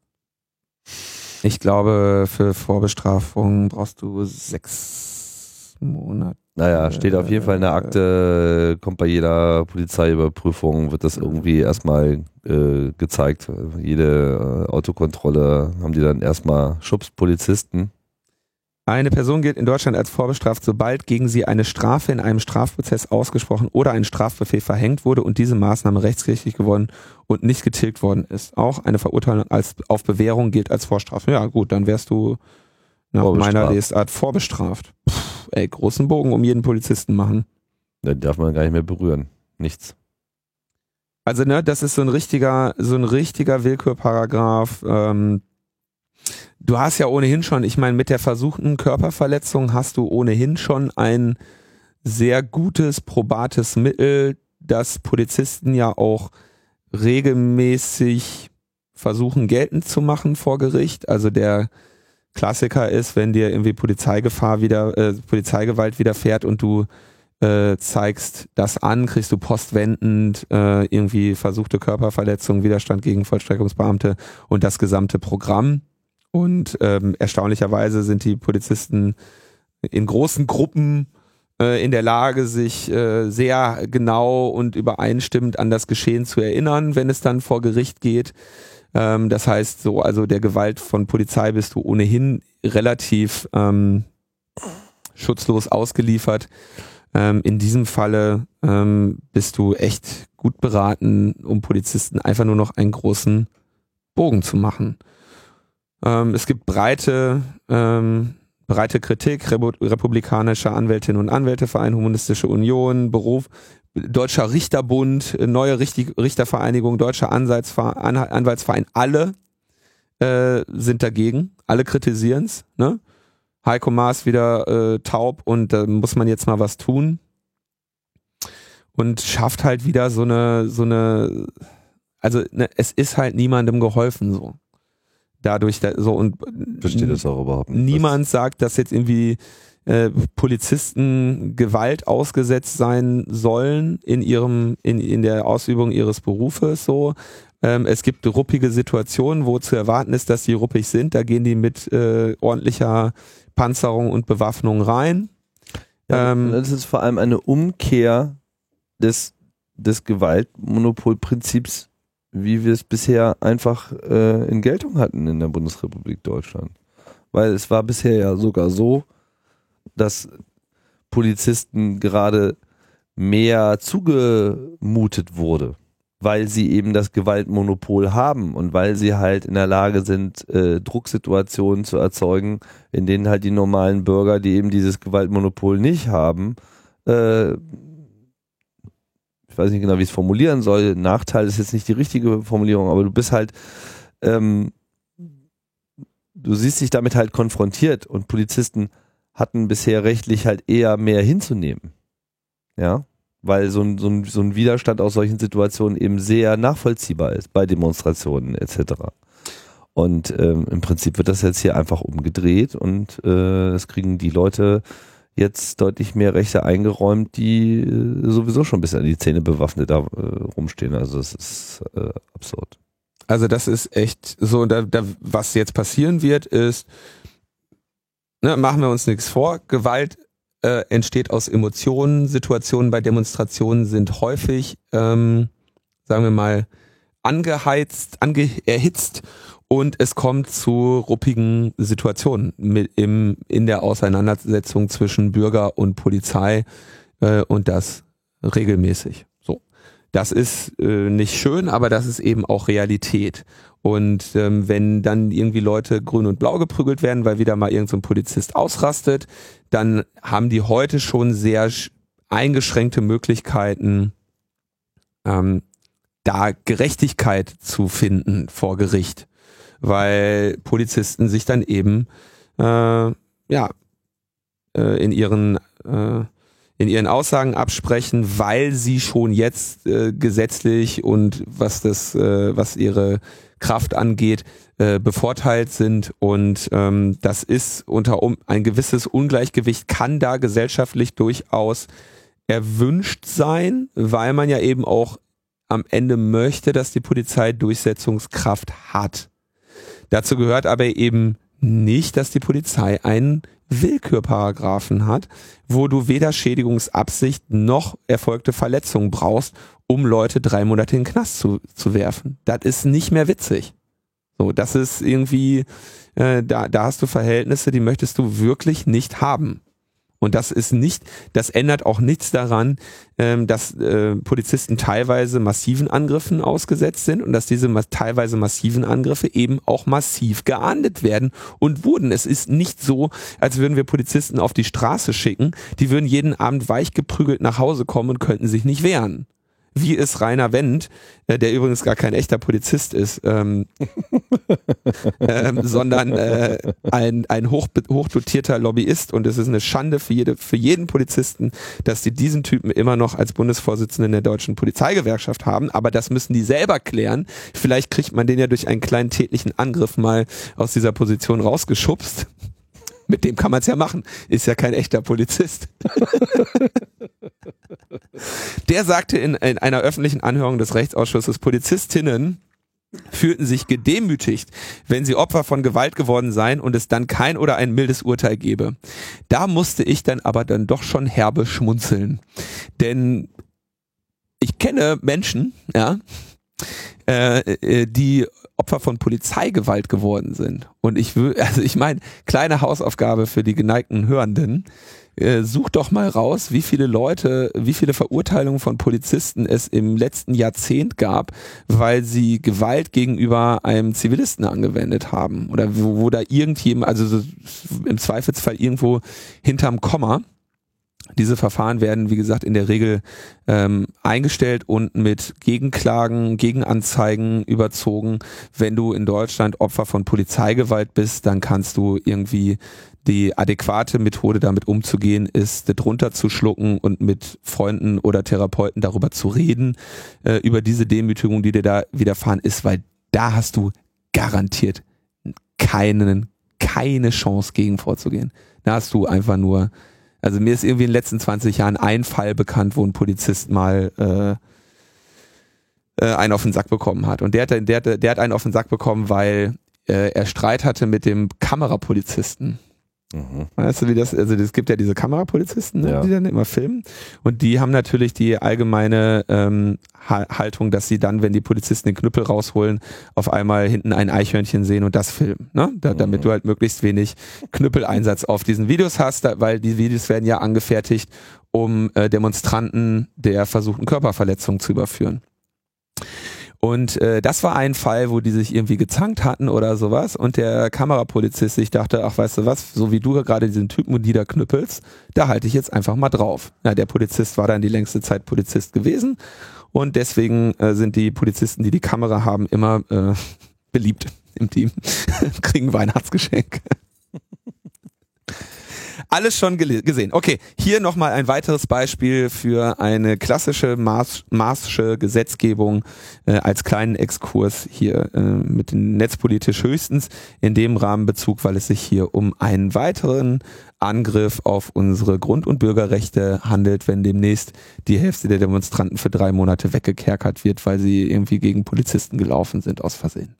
Ich glaube, für Vorbestrafung brauchst du 6 Monat. Naja, steht auf jeden Fall in der Akte, kommt bei jeder Polizeiüberprüfung, wird das irgendwie erstmal gezeigt. Jede Autokontrolle haben die dann erstmal Schubspolizisten. Eine Person gilt in Deutschland als vorbestraft, sobald gegen sie eine Strafe in einem Strafprozess ausgesprochen oder ein Strafbefehl verhängt wurde und diese Maßnahme rechtskräftig geworden und nicht getilgt worden ist. Auch eine Verurteilung auf Bewährung gilt als Vorstrafe. Ja gut, dann wärst du nach meiner Lesart vorbestraft. Ey, großen Bogen um jeden Polizisten machen. Den darf man gar nicht mehr berühren. Nichts. Also ne, das ist so ein richtiger Willkürparagraf. Du hast ja ohnehin schon, ich meine, mit der versuchten Körperverletzung hast du ohnehin schon ein sehr gutes, probates Mittel, das Polizisten ja auch regelmäßig versuchen geltend zu machen vor Gericht. Also der Klassiker ist, wenn dir irgendwie Polizeigewalt widerfährt und du zeigst das an, kriegst du postwendend irgendwie versuchte Körperverletzung, Widerstand gegen Vollstreckungsbeamte und das gesamte Programm. Und erstaunlicherweise sind die Polizisten in großen Gruppen in der Lage, sich sehr genau und übereinstimmend an das Geschehen zu erinnern, wenn es dann vor Gericht geht. Das heißt, so, also der Gewalt von Polizei bist du ohnehin relativ schutzlos ausgeliefert. In diesem Falle bist du echt gut beraten, um Polizisten einfach nur noch einen großen Bogen zu machen. Es gibt breite Kritik, Republikanischer Anwältinnen und Anwälteverein, Humanistische Union, Beruf, Deutscher Richterbund, Neue Richtervereinigung, Deutscher Anwaltsverein, alle sind dagegen, alle kritisieren es. Ne? Heiko Maas wieder taub und da muss man jetzt mal was tun. Und schafft halt wieder so eine, also ne, es ist halt niemandem geholfen so. Dadurch so und verstehe das auch überhaupt nicht. Niemand sagt, dass jetzt irgendwie Polizisten Gewalt ausgesetzt sein sollen in der Ausübung ihres Berufes so. Es gibt ruppige Situationen, wo zu erwarten ist, dass die ruppig sind. Da gehen die mit ordentlicher Panzerung und Bewaffnung rein. Ja, das ist vor allem eine Umkehr des Gewaltmonopolprinzips, wie wir es bisher einfach in Geltung hatten in der Bundesrepublik Deutschland. Weil es war bisher ja sogar so, dass Polizisten gerade mehr zugemutet wurde, weil sie eben das Gewaltmonopol haben und weil sie halt in der Lage sind, Drucksituationen zu erzeugen, in denen halt die normalen Bürger, die eben dieses Gewaltmonopol nicht haben, ich weiß nicht genau, wie ich es formulieren soll, Nachteil ist jetzt nicht die richtige Formulierung, aber du bist halt, du siehst dich damit halt konfrontiert und Polizisten hatten bisher rechtlich halt eher mehr hinzunehmen. Ja, weil so ein Widerstand aus solchen Situationen eben sehr nachvollziehbar ist, bei Demonstrationen etc. Und im Prinzip wird das jetzt hier einfach umgedreht und das kriegen die Leute jetzt deutlich mehr Rechte eingeräumt, die sowieso schon bis an die Zähne bewaffnet da rumstehen. Also das ist absurd. Also das ist echt so, was jetzt passieren wird, ist, ne, machen wir uns nichts vor, Gewalt entsteht aus Emotionen, Situationen bei Demonstrationen sind häufig, sagen wir mal, erhitzt und es kommt zu ruppigen Situationen in der Auseinandersetzung zwischen Bürger und Polizei und das regelmäßig. So, das ist nicht schön, aber das ist eben auch Realität. Und wenn dann irgendwie Leute grün und blau geprügelt werden, weil wieder mal irgend so ein Polizist ausrastet, dann haben die heute schon sehr eingeschränkte Möglichkeiten, da Gerechtigkeit zu finden vor Gericht. Weil Polizisten sich dann eben in ihren Aussagen absprechen, weil sie schon jetzt gesetzlich und was ihre Kraft angeht, bevorteilt sind und das ist ein gewisses Ungleichgewicht kann da gesellschaftlich durchaus erwünscht sein, weil man ja eben auch am Ende möchte, dass die Polizei Durchsetzungskraft hat. Dazu gehört aber eben nicht, dass die Polizei einen Willkürparagraphen hat, wo du weder Schädigungsabsicht noch erfolgte Verletzung brauchst, um Leute 3 Monate in den Knast zu werfen. Das ist nicht mehr witzig. So, das ist irgendwie, da hast du Verhältnisse, die möchtest du wirklich nicht haben. Und das ändert auch nichts daran, dass Polizisten teilweise massiven Angriffen ausgesetzt sind und dass diese teilweise massiven Angriffe eben auch massiv geahndet werden und wurden. Es ist nicht so, als würden wir Polizisten auf die Straße schicken, die würden jeden Abend weichgeprügelt nach Hause kommen und könnten sich nicht wehren. Wie ist Rainer Wendt, der übrigens gar kein echter Polizist ist, sondern ein hochdotierter Lobbyist, und es ist eine Schande für jeden Polizisten, dass die diesen Typen immer noch als Bundesvorsitzenden der deutschen Polizeigewerkschaft haben, aber das müssen die selber klären. Vielleicht kriegt man den ja durch einen kleinen tätlichen Angriff mal aus dieser Position rausgeschubst. Mit dem kann man es ja machen. Ist ja kein echter Polizist. Der sagte in einer öffentlichen Anhörung des Rechtsausschusses, Polizistinnen fühlten sich gedemütigt, wenn sie Opfer von Gewalt geworden seien und es dann kein oder ein mildes Urteil gebe. Da musste ich dann aber doch schon herbe schmunzeln. Denn ich kenne Menschen, ja, die Opfer von Polizeigewalt geworden sind. Und ich meine, kleine Hausaufgabe für die geneigten Hörenden, such doch mal raus, wie viele Verurteilungen von Polizisten es im letzten Jahrzehnt gab, weil sie Gewalt gegenüber einem Zivilisten angewendet haben. Oder wo da irgendjemand, also so im Zweifelsfall irgendwo hinterm Komma. Diese Verfahren werden, wie gesagt, in der Regel eingestellt und mit Gegenklagen, Gegenanzeigen überzogen. Wenn du in Deutschland Opfer von Polizeigewalt bist, dann kannst du irgendwie die adäquate Methode, damit umzugehen, ist, drunter zu schlucken und mit Freunden oder Therapeuten darüber zu reden, über diese Demütigung, die dir da widerfahren ist, weil da hast du garantiert keine Chance gegen vorzugehen. Da hast du einfach nur, also mir ist irgendwie in den letzten 20 Jahren ein Fall bekannt, wo ein Polizist mal einen auf den Sack bekommen hat. Und der hat einen auf den Sack bekommen, weil er Streit hatte mit dem Kamerapolizisten. Mhm. Weißt du, wie das, also es gibt ja diese Kamerapolizisten, ne, ja, die dann immer filmen, und die haben natürlich die allgemeine Haltung, dass sie dann, wenn die Polizisten den Knüppel rausholen, auf einmal hinten ein Eichhörnchen sehen und das filmen, ne? Damit du halt möglichst wenig Knüppeleinsatz auf diesen Videos hast, weil die Videos werden ja angefertigt, um Demonstranten der versuchten Körperverletzung zu überführen. Und das war ein Fall, wo die sich irgendwie gezankt hatten oder sowas, und der Kamerapolizist sich dachte, ach, weißt du was, so wie du gerade diesen Typen und die da knüppelst, da halte ich jetzt einfach mal drauf. Ja, der Polizist war dann die längste Zeit Polizist gewesen, und deswegen sind die Polizisten, die die Kamera haben, immer beliebt im Team, kriegen Weihnachtsgeschenk. Alles schon gesehen. Okay, hier nochmal ein weiteres Beispiel für eine klassische Maaßsche Gesetzgebung als kleinen Exkurs hier mit den netzpolitisch höchstens in dem Rahmenbezug, weil es sich hier um einen weiteren Angriff auf unsere Grund- und Bürgerrechte handelt, wenn demnächst die Hälfte der Demonstranten für 3 Monate weggekerkert wird, weil sie irgendwie gegen Polizisten gelaufen sind aus Versehen.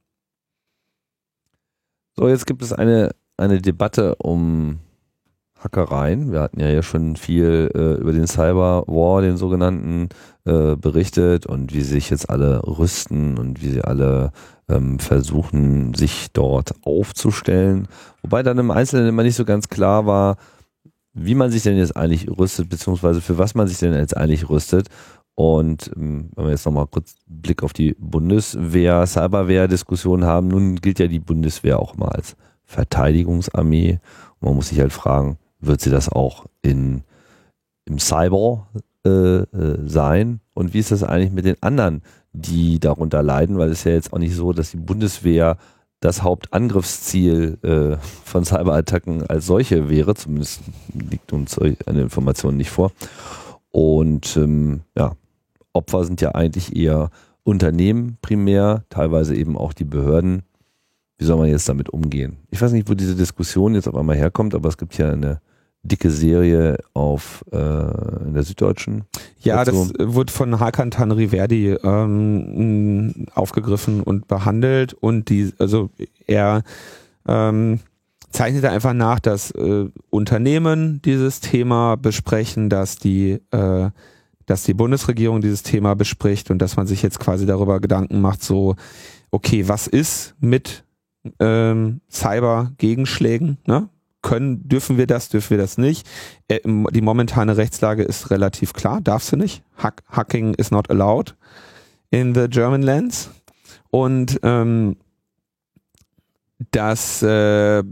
So, jetzt gibt es eine Debatte um Hackereien. Wir hatten ja hier schon viel über den Cyberwar, den sogenannten, berichtet, und wie sich jetzt alle rüsten und wie sie alle versuchen, sich dort aufzustellen. Wobei dann im Einzelnen immer nicht so ganz klar war, wie man sich denn jetzt eigentlich rüstet, beziehungsweise für was man sich denn jetzt eigentlich rüstet. Und wenn wir jetzt nochmal kurz Blick auf die Bundeswehr-Cyberwehr-Diskussion haben, nun gilt ja die Bundeswehr auch mal als Verteidigungsarmee. Und man muss sich halt fragen, wird sie das auch im Cyber sein? Und wie ist das eigentlich mit den anderen, die darunter leiden? Weil es ist ja jetzt auch nicht so, dass die Bundeswehr das Hauptangriffsziel von Cyberattacken als solche wäre. Zumindest liegt uns eine Information nicht vor. Und ja, Opfer sind ja eigentlich eher Unternehmen primär, teilweise eben auch die Behörden. Wie soll man jetzt damit umgehen? Ich weiß nicht, wo diese Diskussion jetzt auf einmal herkommt, aber es gibt ja eine dicke Serie in der Süddeutschen. Ja, dazu. Das wird von Hakan Tanriverdi aufgegriffen und behandelt, und er zeichnet einfach nach, dass Unternehmen dieses Thema besprechen, dass die Bundesregierung dieses Thema bespricht und dass man sich jetzt quasi darüber Gedanken macht, so, okay, was ist mit Cyber-Gegenschlägen, ne? Dürfen wir das nicht? Die momentane Rechtslage ist relativ klar, darfst du nicht. Hacking is not allowed in the German lands. Und dass man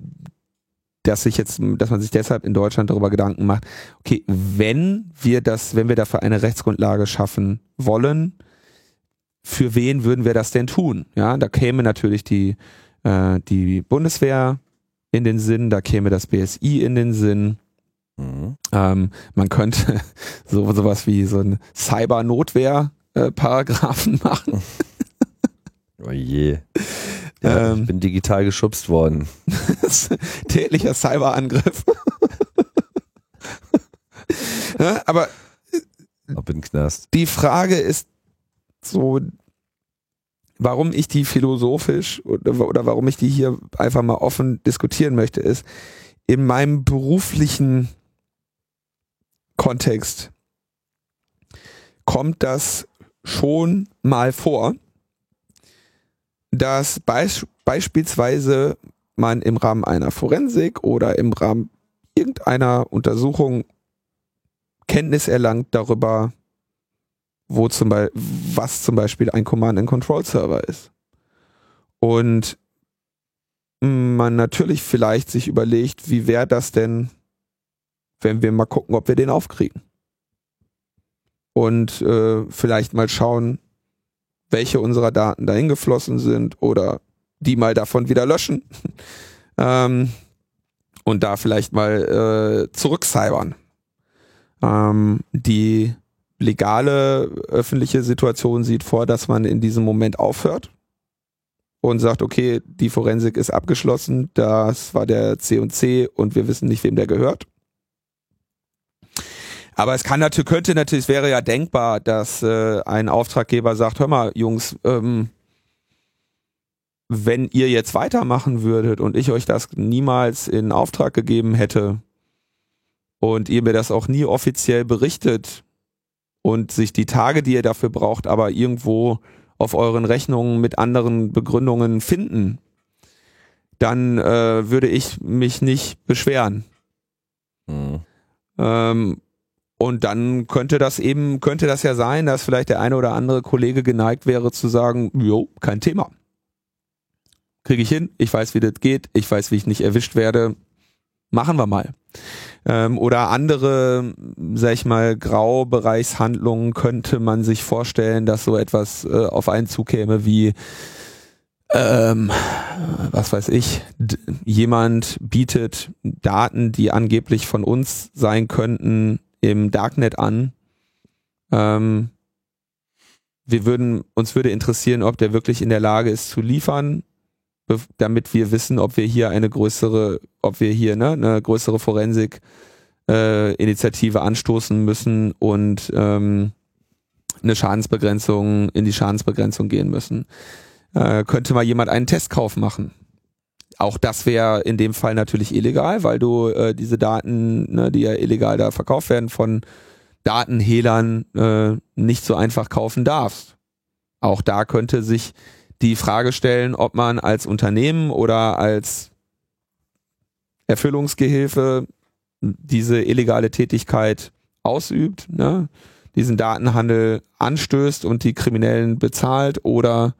sich deshalb in Deutschland darüber Gedanken macht, okay, wenn wir dafür eine Rechtsgrundlage schaffen wollen, für wen würden wir das denn tun? Ja, da käme natürlich die Bundeswehr in den Sinn, da käme das BSI in den Sinn. Mhm. Man könnte sowas wie so einen Cyber-Notwehr-Paragraphen machen. Oh je. Ja, ich bin digital geschubst worden. Tätlicher Cyberangriff. Ja, aber ab in den Knast. Die Frage ist so, warum ich die philosophisch oder warum ich die hier einfach mal offen diskutieren möchte, ist, in meinem beruflichen Kontext kommt das schon mal vor, dass beispielsweise man im Rahmen einer Forensik oder im Rahmen irgendeiner Untersuchung Kenntnis erlangt darüber, was zum Beispiel ein Command-and-Control-Server ist. Und man natürlich vielleicht sich überlegt, wie wäre das denn, wenn wir mal gucken, ob wir den aufkriegen. Und vielleicht mal schauen, welche unserer Daten dahin geflossen sind oder die mal davon wieder löschen und da vielleicht mal zurückcybern. Die legale öffentliche Situation sieht vor, dass man in diesem Moment aufhört und sagt, okay, die Forensik ist abgeschlossen, das war der C&C und wir wissen nicht, wem der gehört. Aber es wäre ja denkbar, dass ein Auftraggeber sagt, hör mal, Jungs, wenn ihr jetzt weitermachen würdet und ich euch das niemals in Auftrag gegeben hätte und ihr mir das auch nie offiziell berichtet und sich die Tage, die ihr dafür braucht, aber irgendwo auf euren Rechnungen mit anderen Begründungen finden, dann würde ich mich nicht beschweren. Mhm. Und dann könnte das ja sein, dass vielleicht der eine oder andere Kollege geneigt wäre zu sagen, jo, kein Thema. Kriege ich hin, ich weiß, wie das geht, ich weiß, wie ich nicht erwischt werde, machen wir mal. Oder andere, sag ich mal, Graubereichshandlungen könnte man sich vorstellen, dass so etwas auf einen zukäme wie, was weiß ich, jemand bietet Daten, die angeblich von uns sein könnten, im Darknet an. Uns würde interessieren, ob der wirklich in der Lage ist zu liefern, damit wir wissen, ob wir hier eine größere Forensik Initiative anstoßen müssen und in die Schadensbegrenzung gehen müssen. Könnte mal jemand einen Testkauf machen? Auch das wäre in dem Fall natürlich illegal, weil du diese Daten, die ja illegal da verkauft werden, von Datenhehlern nicht so einfach kaufen darfst. Auch da könnte sich die Frage stellen, ob man als Unternehmen oder als Erfüllungsgehilfe diese illegale Tätigkeit ausübt, ne? Diesen Datenhandel anstößt und die Kriminellen bezahlt oder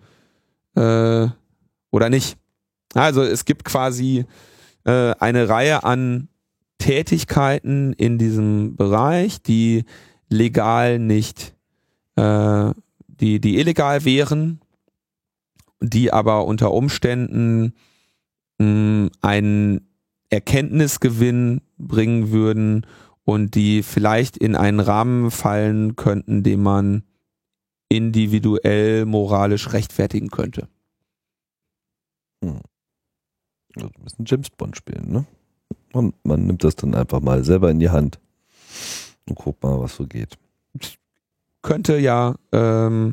nicht. Also es gibt quasi eine Reihe an Tätigkeiten in diesem Bereich, die legal nicht, die illegal wären, die aber unter Umständen einen Erkenntnisgewinn bringen würden und die vielleicht in einen Rahmen fallen könnten, den man individuell moralisch rechtfertigen könnte. Also ein bisschen James Bond spielen, ne? Und man nimmt das dann einfach mal selber in die Hand und guckt mal, was so geht. Könnte ja,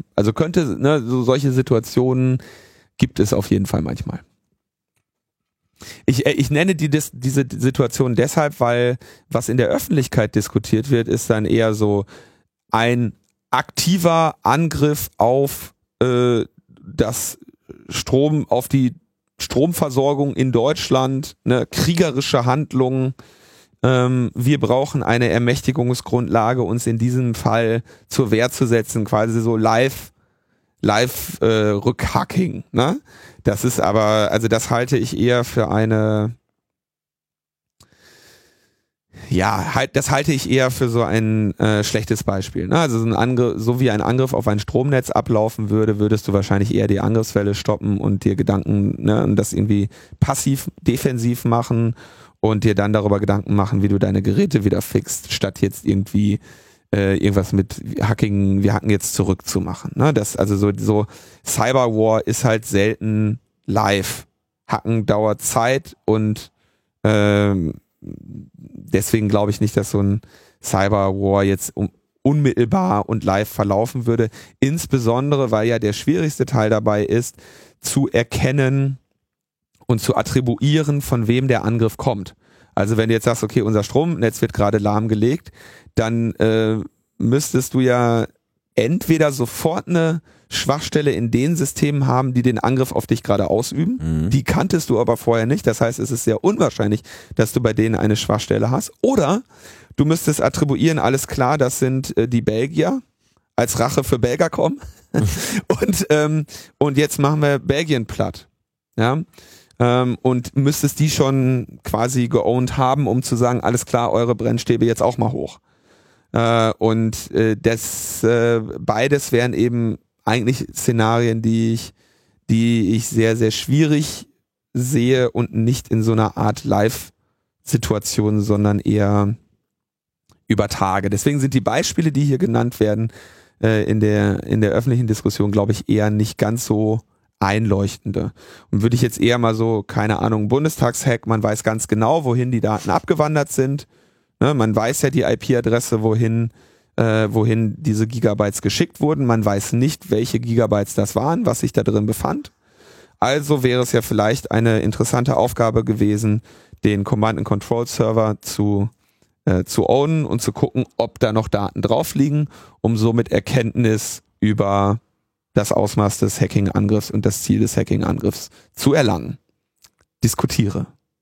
solche Situationen gibt es auf jeden Fall manchmal. Ich nenne diese Situation deshalb, weil was in der Öffentlichkeit diskutiert wird, ist dann eher so ein aktiver Angriff auf auf die Stromversorgung in Deutschland, ne, kriegerische Handlungen. Wir brauchen eine Ermächtigungsgrundlage, uns in diesem Fall zur Wehr zu setzen, quasi so live Rückhacking, ne? Das ist aber, also das halte ich eher für eine, das halte ich eher für so ein schlechtes Beispiel, ne? Also so wie ein Angriff auf ein Stromnetz ablaufen würde, würdest du wahrscheinlich eher die Angriffswelle stoppen und dir Gedanken, ne, und das irgendwie passiv, defensiv machen und dir dann darüber Gedanken machen, wie du deine Geräte wieder fixt, statt jetzt irgendwie irgendwas mit Hacking, wir hacken jetzt zurückzumachen. Ne? Das, also so Cyberwar ist halt selten live. Hacken dauert Zeit und deswegen glaube ich nicht, dass so ein Cyberwar jetzt unmittelbar und live verlaufen würde. Insbesondere, weil ja der schwierigste Teil dabei ist, zu erkennen und zu attribuieren, von wem der Angriff kommt. Also wenn du jetzt sagst, okay, unser Stromnetz wird gerade lahmgelegt, dann müsstest du ja entweder sofort eine Schwachstelle in den Systemen haben, die den Angriff auf dich gerade ausüben. Mhm. Die kanntest du aber vorher nicht. Das heißt, es ist sehr unwahrscheinlich, dass du bei denen eine Schwachstelle hast. Oder du müsstest attribuieren, alles klar, das sind die Belgier, als Rache für Belgacom. und jetzt machen wir Belgien platt. Ja. Und müsstest die schon quasi geowned haben, um zu sagen, alles klar, eure Brennstäbe jetzt auch mal hoch. Beides wären eben eigentlich Szenarien, die ich sehr, sehr schwierig sehe und nicht in so einer Art Live-Situation, sondern eher über Tage. Deswegen sind die Beispiele, die hier genannt werden, in der öffentlichen Diskussion, glaube ich, eher nicht ganz so einleuchtende. Und würde ich jetzt eher mal so, keine Ahnung, Bundestagshack, man weiß ganz genau, wohin die Daten abgewandert sind. Ne, man weiß ja die IP-Adresse, wohin diese Gigabytes geschickt wurden. Man weiß nicht, welche Gigabytes das waren, was sich da drin befand. Also wäre es ja vielleicht eine interessante Aufgabe gewesen, den Command-and-Control-Server zu ownen und zu gucken, ob da noch Daten drauf liegen, um somit Erkenntnis über das Ausmaß des Hacking-Angriffs und das Ziel des Hacking-Angriffs zu erlangen. Diskutiere.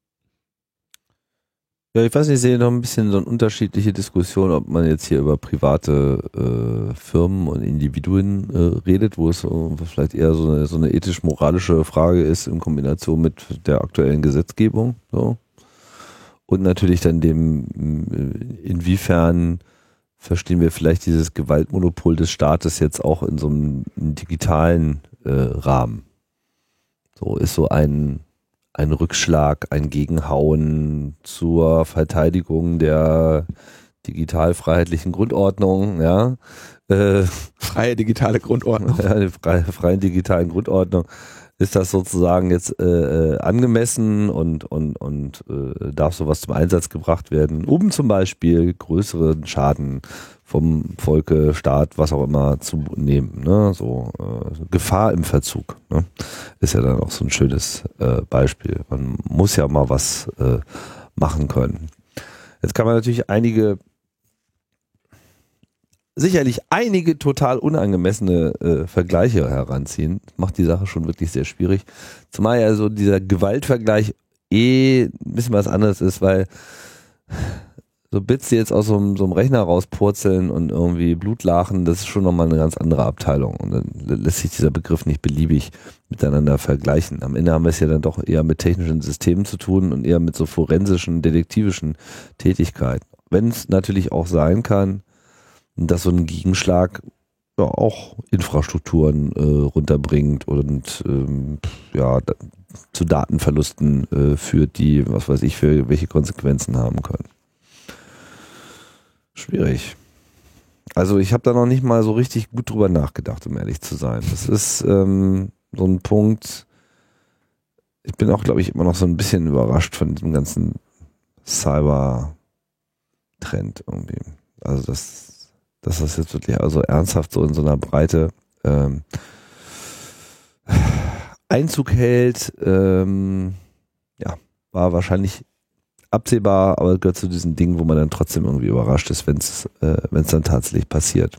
Ja, ich weiß nicht, ich sehe noch ein bisschen so eine unterschiedliche Diskussion, ob man jetzt hier über private Firmen und Individuen redet, wo es so, vielleicht eher so eine ethisch-moralische Frage ist in Kombination mit der aktuellen Gesetzgebung. So. Und natürlich dann inwiefern verstehen wir vielleicht dieses Gewaltmonopol des Staates jetzt auch in so einem digitalen Rahmen. So ist so ein Rückschlag, ein Gegenhauen zur Verteidigung der digital-freiheitlichen Grundordnung, ja. Freie digitale Grundordnung. Ja, die freie digitalen Grundordnung. Ist das sozusagen jetzt angemessen und darf sowas zum Einsatz gebracht werden, um zum Beispiel größeren Schaden vom Volke, Staat, was auch immer zu nehmen, ne? So Gefahr im Verzug, ne? Ist ja dann auch so ein schönes Beispiel. Man muss ja mal was machen können. Jetzt kann man natürlich sicherlich einige total unangemessene Vergleiche heranziehen. Das macht die Sache schon wirklich sehr schwierig. Zumal ja so dieser Gewaltvergleich ein bisschen was anderes ist, weil so Bits, die jetzt aus so einem Rechner rauspurzeln und irgendwie Blut lachen, das ist schon nochmal eine ganz andere Abteilung. Und dann lässt sich dieser Begriff nicht beliebig miteinander vergleichen. Am Ende haben wir es ja dann doch eher mit technischen Systemen zu tun und eher mit so forensischen, detektivischen Tätigkeiten. Wenn es natürlich auch sein kann, dass so ein Gegenschlag ja auch Infrastrukturen runterbringt und zu Datenverlusten führt, die, was weiß ich, für welche Konsequenzen haben können. Schwierig. Also ich habe da noch nicht mal so richtig gut drüber nachgedacht, um ehrlich zu sein. Das ist so ein Punkt, ich bin auch, glaube ich, immer noch so ein bisschen überrascht von diesem ganzen Cyber-Trend irgendwie. Also dass das jetzt wirklich also ernsthaft so in so einer Breite Einzug hält, war wahrscheinlich absehbar, aber gehört zu diesen Dingen, wo man dann trotzdem irgendwie überrascht ist, wenn es dann tatsächlich passiert.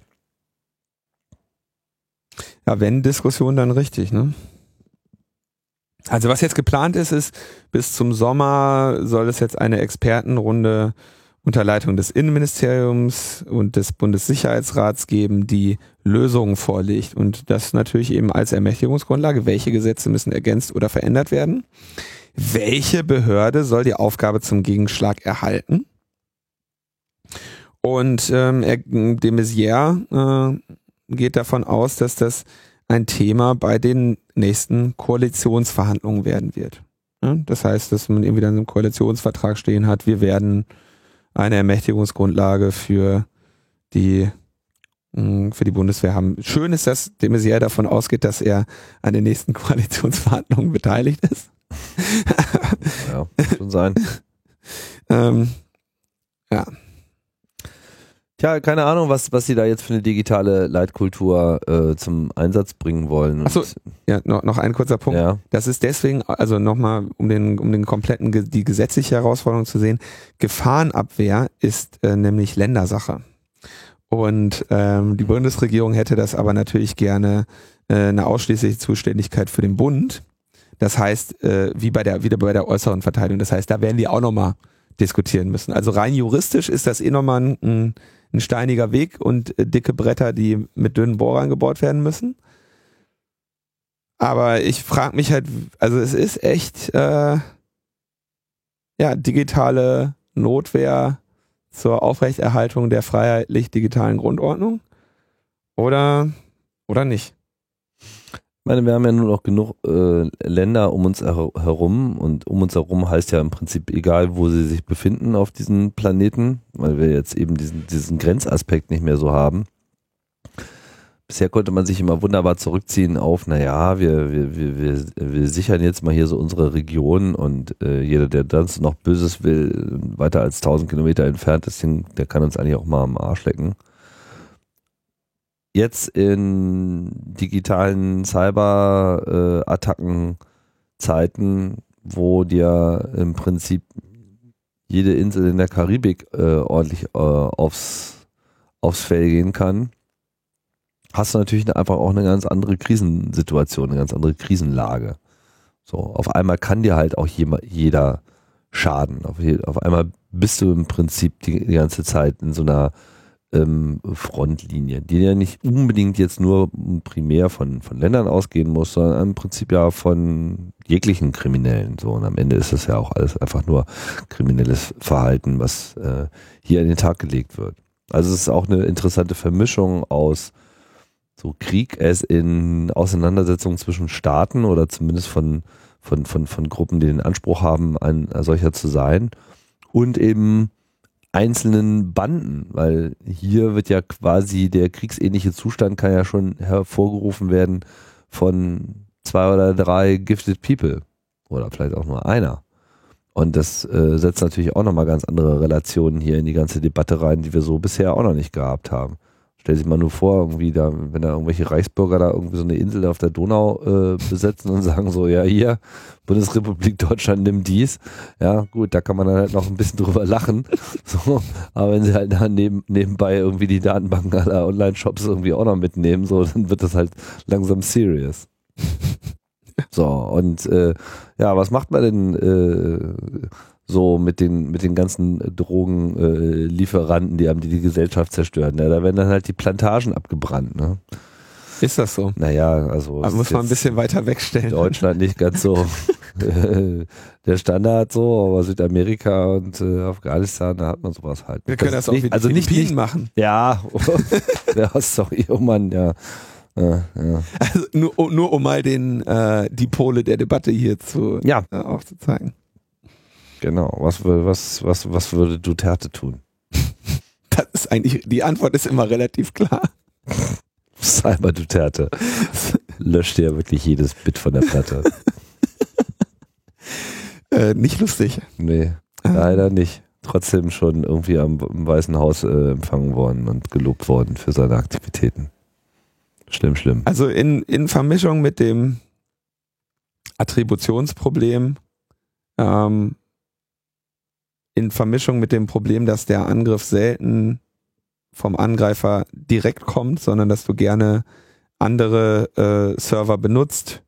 Ja, wenn Diskussion, dann richtig, ne? Also was jetzt geplant ist, bis zum Sommer soll es jetzt eine Expertenrunde unter Leitung des Innenministeriums und des Bundessicherheitsrats geben, die Lösungen vorlegt. Und das natürlich eben als Ermächtigungsgrundlage. Welche Gesetze müssen ergänzt oder verändert werden? Welche Behörde soll die Aufgabe zum Gegenschlag erhalten? Und de Maizière geht davon aus, dass das ein Thema bei den nächsten Koalitionsverhandlungen werden wird. Ja, das heißt, dass man irgendwie dann im Koalitionsvertrag stehen hat, wir werden eine Ermächtigungsgrundlage für die Bundeswehr haben. Schön ist, dass de Maizière davon ausgeht, dass er an den nächsten Koalitionsverhandlungen beteiligt ist. Ja, muss schon sein. Ja. Tja, keine Ahnung, was sie da jetzt für eine digitale Leitkultur zum Einsatz bringen wollen. Achso, ja, noch ein kurzer Punkt. Ja. Das ist deswegen, also nochmal, um den kompletten, die gesetzliche Herausforderung zu sehen, Gefahrenabwehr ist nämlich Ländersache. Und die Bundesregierung hätte das aber natürlich gerne eine ausschließliche Zuständigkeit für den Bund. Das heißt, wieder bei der äußeren Verteidigung. Das heißt, da werden die auch nochmal diskutieren müssen. Also rein juristisch ist das nochmal ein steiniger Weg und dicke Bretter, die mit dünnen Bohrern gebohrt werden müssen. Aber ich frage mich halt, also es ist echt digitale Notwehr zur Aufrechterhaltung der freiheitlich-digitalen Grundordnung oder nicht. Ich meine, wir haben ja nur noch genug Länder um uns herum und um uns herum heißt ja im Prinzip egal, wo sie sich befinden auf diesem Planeten, weil wir jetzt eben diesen Grenzaspekt nicht mehr so haben. Bisher konnte man sich immer wunderbar zurückziehen auf, naja, wir sichern jetzt mal hier so unsere Region und jeder, der sonst noch Böses will, weiter als 1000 Kilometer entfernt ist, der kann uns eigentlich auch mal am Arsch lecken. Jetzt in digitalen Cyber-Attacken-Zeiten, wo dir im Prinzip jede Insel in der Karibik ordentlich aufs Fell gehen kann, hast du natürlich einfach auch eine ganz andere Krisensituation, eine ganz andere Krisenlage. So, auf einmal kann dir halt auch jeder schaden. Auf einmal bist du im Prinzip die ganze Zeit in so einer Frontlinie, die ja nicht unbedingt jetzt nur primär von Ländern ausgehen muss, sondern im Prinzip ja von jeglichen Kriminellen. So, und am Ende ist das ja auch alles einfach nur kriminelles Verhalten, was hier an den Tag gelegt wird. Also es ist auch eine interessante Vermischung aus so Krieg as in Auseinandersetzungen zwischen Staaten oder zumindest von Gruppen, die den Anspruch haben, ein solcher zu sein, und eben einzelnen Banden, weil hier wird ja quasi der kriegsähnliche Zustand kann ja schon hervorgerufen werden von 2 oder 3 gifted people oder vielleicht auch nur einer. Und das setzt natürlich auch nochmal ganz andere Relationen hier in die ganze Debatte rein, die wir so bisher auch noch nicht gehabt haben. Stell sich mal nur vor, irgendwie da, wenn da irgendwelche Reichsbürger da irgendwie so eine Insel auf der Donau besetzen und sagen so, ja hier, Bundesrepublik Deutschland nimmt dies. Ja gut, da kann man dann halt noch ein bisschen drüber lachen. So, aber wenn sie halt da nebenbei irgendwie die Datenbanken aller Online-Shops irgendwie auch noch mitnehmen, so, dann wird das halt langsam serious. So, und was macht man denn so mit den ganzen Drogenlieferanten, die einem die Gesellschaft zerstören? Ja, da werden dann halt die Plantagen abgebrannt, ne? Ist das so? Naja, also aber muss man ein bisschen weiter wegstellen. Deutschland nicht ganz so der Standard so, aber Südamerika und Afghanistan, da hat man sowas halt. Wir können das auch nicht, wie also nicht machen. Ja, ja, sorry, oh Mann, ja. Ja. Also nur um mal die Pole der Debatte hier aufzuzeigen. Genau. Was würde Duterte tun? Das ist eigentlich, die Antwort ist immer relativ klar. Cyber Duterte. Löscht ja wirklich jedes Bit von der Platte. Nicht lustig. Nee, leider nicht. Trotzdem schon irgendwie im Weißen Haus empfangen worden und gelobt worden für seine Aktivitäten. Schlimm. Also in Vermischung mit dem Attributionsproblem in Vermischung mit dem Problem, dass der Angriff selten vom Angreifer direkt kommt, sondern dass du gerne andere Server benutzt,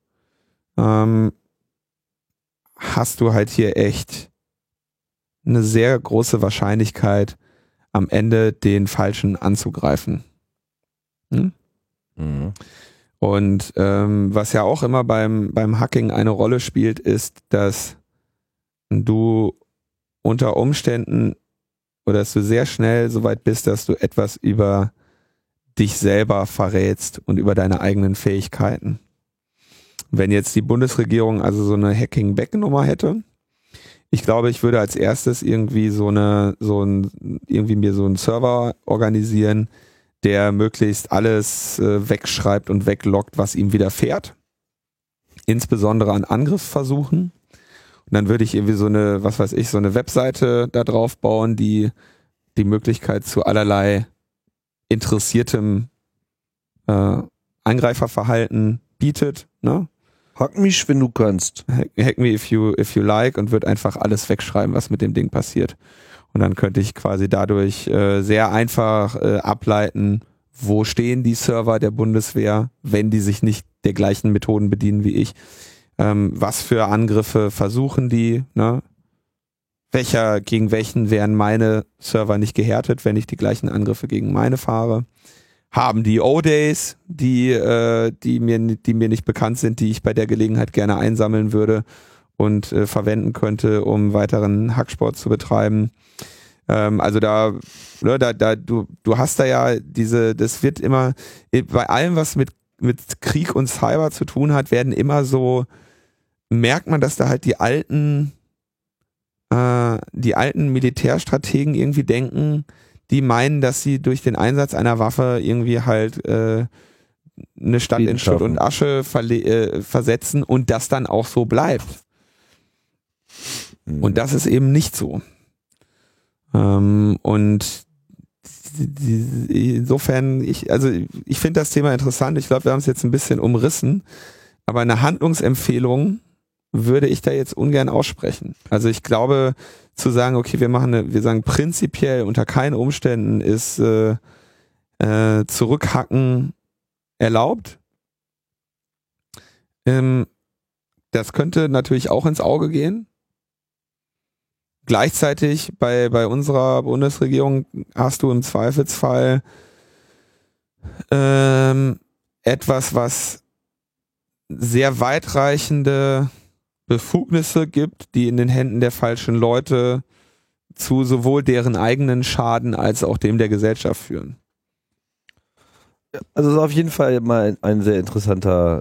hast du halt hier echt eine sehr große Wahrscheinlichkeit, am Ende den Falschen anzugreifen. Hm? Mhm. Und was ja auch immer beim Hacking eine Rolle spielt, ist, dass du unter Umständen oder dass du sehr schnell so weit bist, dass du etwas über dich selber verrätst und über deine eigenen Fähigkeiten. Wenn jetzt die Bundesregierung also so eine Hacking-Back-Nummer hätte, ich glaube, ich würde als erstes irgendwie mir so einen Server organisieren, der möglichst alles wegschreibt und wegloggt, was ihm widerfährt. Insbesondere an Angriffsversuchen. Und dann würde ich irgendwie so eine Webseite da drauf bauen, die die Möglichkeit zu allerlei interessiertem Angreiferverhalten bietet, ne? Hack mich, wenn du kannst. Hack me if you like, und wird einfach alles wegschreiben, was mit dem Ding passiert. Und dann könnte ich quasi dadurch sehr einfach ableiten, wo stehen die Server der Bundeswehr, wenn die sich nicht der gleichen Methoden bedienen wie ich. Was für Angriffe versuchen die, ne? Gegen welchen wären meine Server nicht gehärtet, wenn ich die gleichen Angriffe gegen meine fahre? Haben die O-Days, die mir nicht bekannt sind, die ich bei der Gelegenheit gerne einsammeln würde und verwenden könnte, um weiteren Hacksport zu betreiben. Also du hast da ja das wird immer, bei allem, was mit Krieg und Cyber zu tun hat, merkt man, dass da halt die alten Militärstrategen irgendwie denken, die meinen, dass sie durch den Einsatz einer Waffe irgendwie halt eine Stadt in Schutt und Asche versetzen und das dann auch so bleibt. Und das ist eben nicht so. Und insofern, ich finde das Thema interessant. Ich glaube, wir haben es jetzt ein bisschen umrissen, aber eine Handlungsempfehlung würde ich da jetzt ungern aussprechen. Also ich glaube, zu sagen, okay, wir sagen prinzipiell unter keinen Umständen ist Zurückhacken erlaubt. Das könnte natürlich auch ins Auge gehen. Gleichzeitig bei unserer Bundesregierung hast du im Zweifelsfall etwas, was sehr weitreichende Befugnisse gibt, die in den Händen der falschen Leute zu sowohl deren eigenen Schaden als auch dem der Gesellschaft führen. Also es ist auf jeden Fall mal eine sehr interessante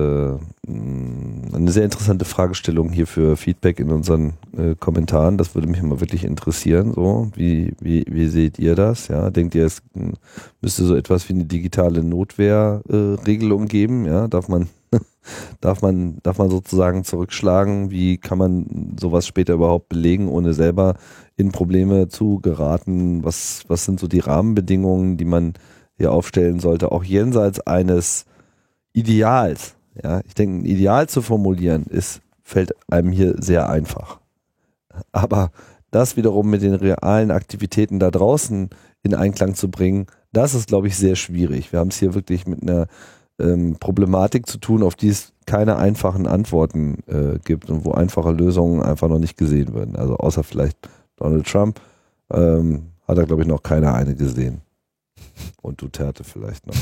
Fragestellung hier für Feedback in unseren Kommentaren. Das würde mich mal wirklich interessieren. So, wie seht ihr das? Ja, denkt ihr, es müsste so etwas wie eine digitale Notwehrregelung geben? Ja, darf man sozusagen zurückschlagen? Wie kann man sowas später überhaupt belegen, ohne selber in Probleme zu geraten? Was sind so die Rahmenbedingungen, die man hier aufstellen sollte, auch jenseits eines Ideals? Ja, ich denke, ein Ideal zu formulieren fällt einem hier sehr einfach. Aber das wiederum mit den realen Aktivitäten da draußen in Einklang zu bringen, das ist, glaube ich, sehr schwierig. Wir haben es hier wirklich mit einer Problematik zu tun, auf die es keine einfachen Antworten gibt und wo einfache Lösungen einfach noch nicht gesehen werden. Also außer vielleicht Donald Trump hat da, glaube ich, noch keiner eine gesehen. Und Duterte vielleicht noch.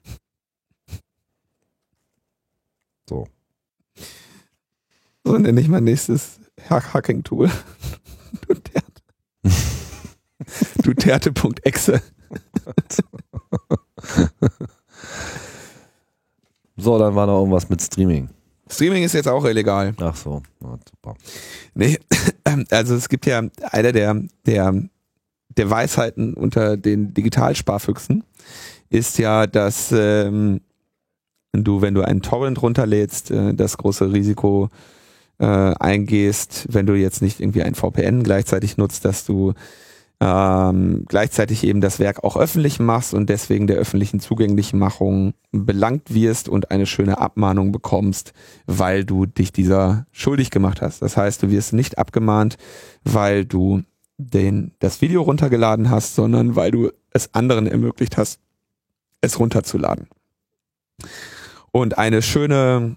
So. So nenne ich mein nächstes Hacking-Tool. Duterte. Duterte.exe. So, dann war noch irgendwas mit Streaming. Streaming ist jetzt auch illegal. Ach so, ja, super. Nee, also es gibt ja einer der Weisheiten unter den Digitalsparfüchsen ist ja, dass wenn du einen Torrent runterlädst, das große Risiko eingehst, wenn du jetzt nicht irgendwie ein VPN gleichzeitig nutzt, dass du gleichzeitig eben das Werk auch öffentlich machst und deswegen der öffentlichen Zugänglichmachung belangt wirst und eine schöne Abmahnung bekommst, weil du dich dieser schuldig gemacht hast. Das heißt, du wirst nicht abgemahnt, weil du das Video runtergeladen hast, sondern weil du es anderen ermöglicht hast, es runterzuladen. Und eine schöne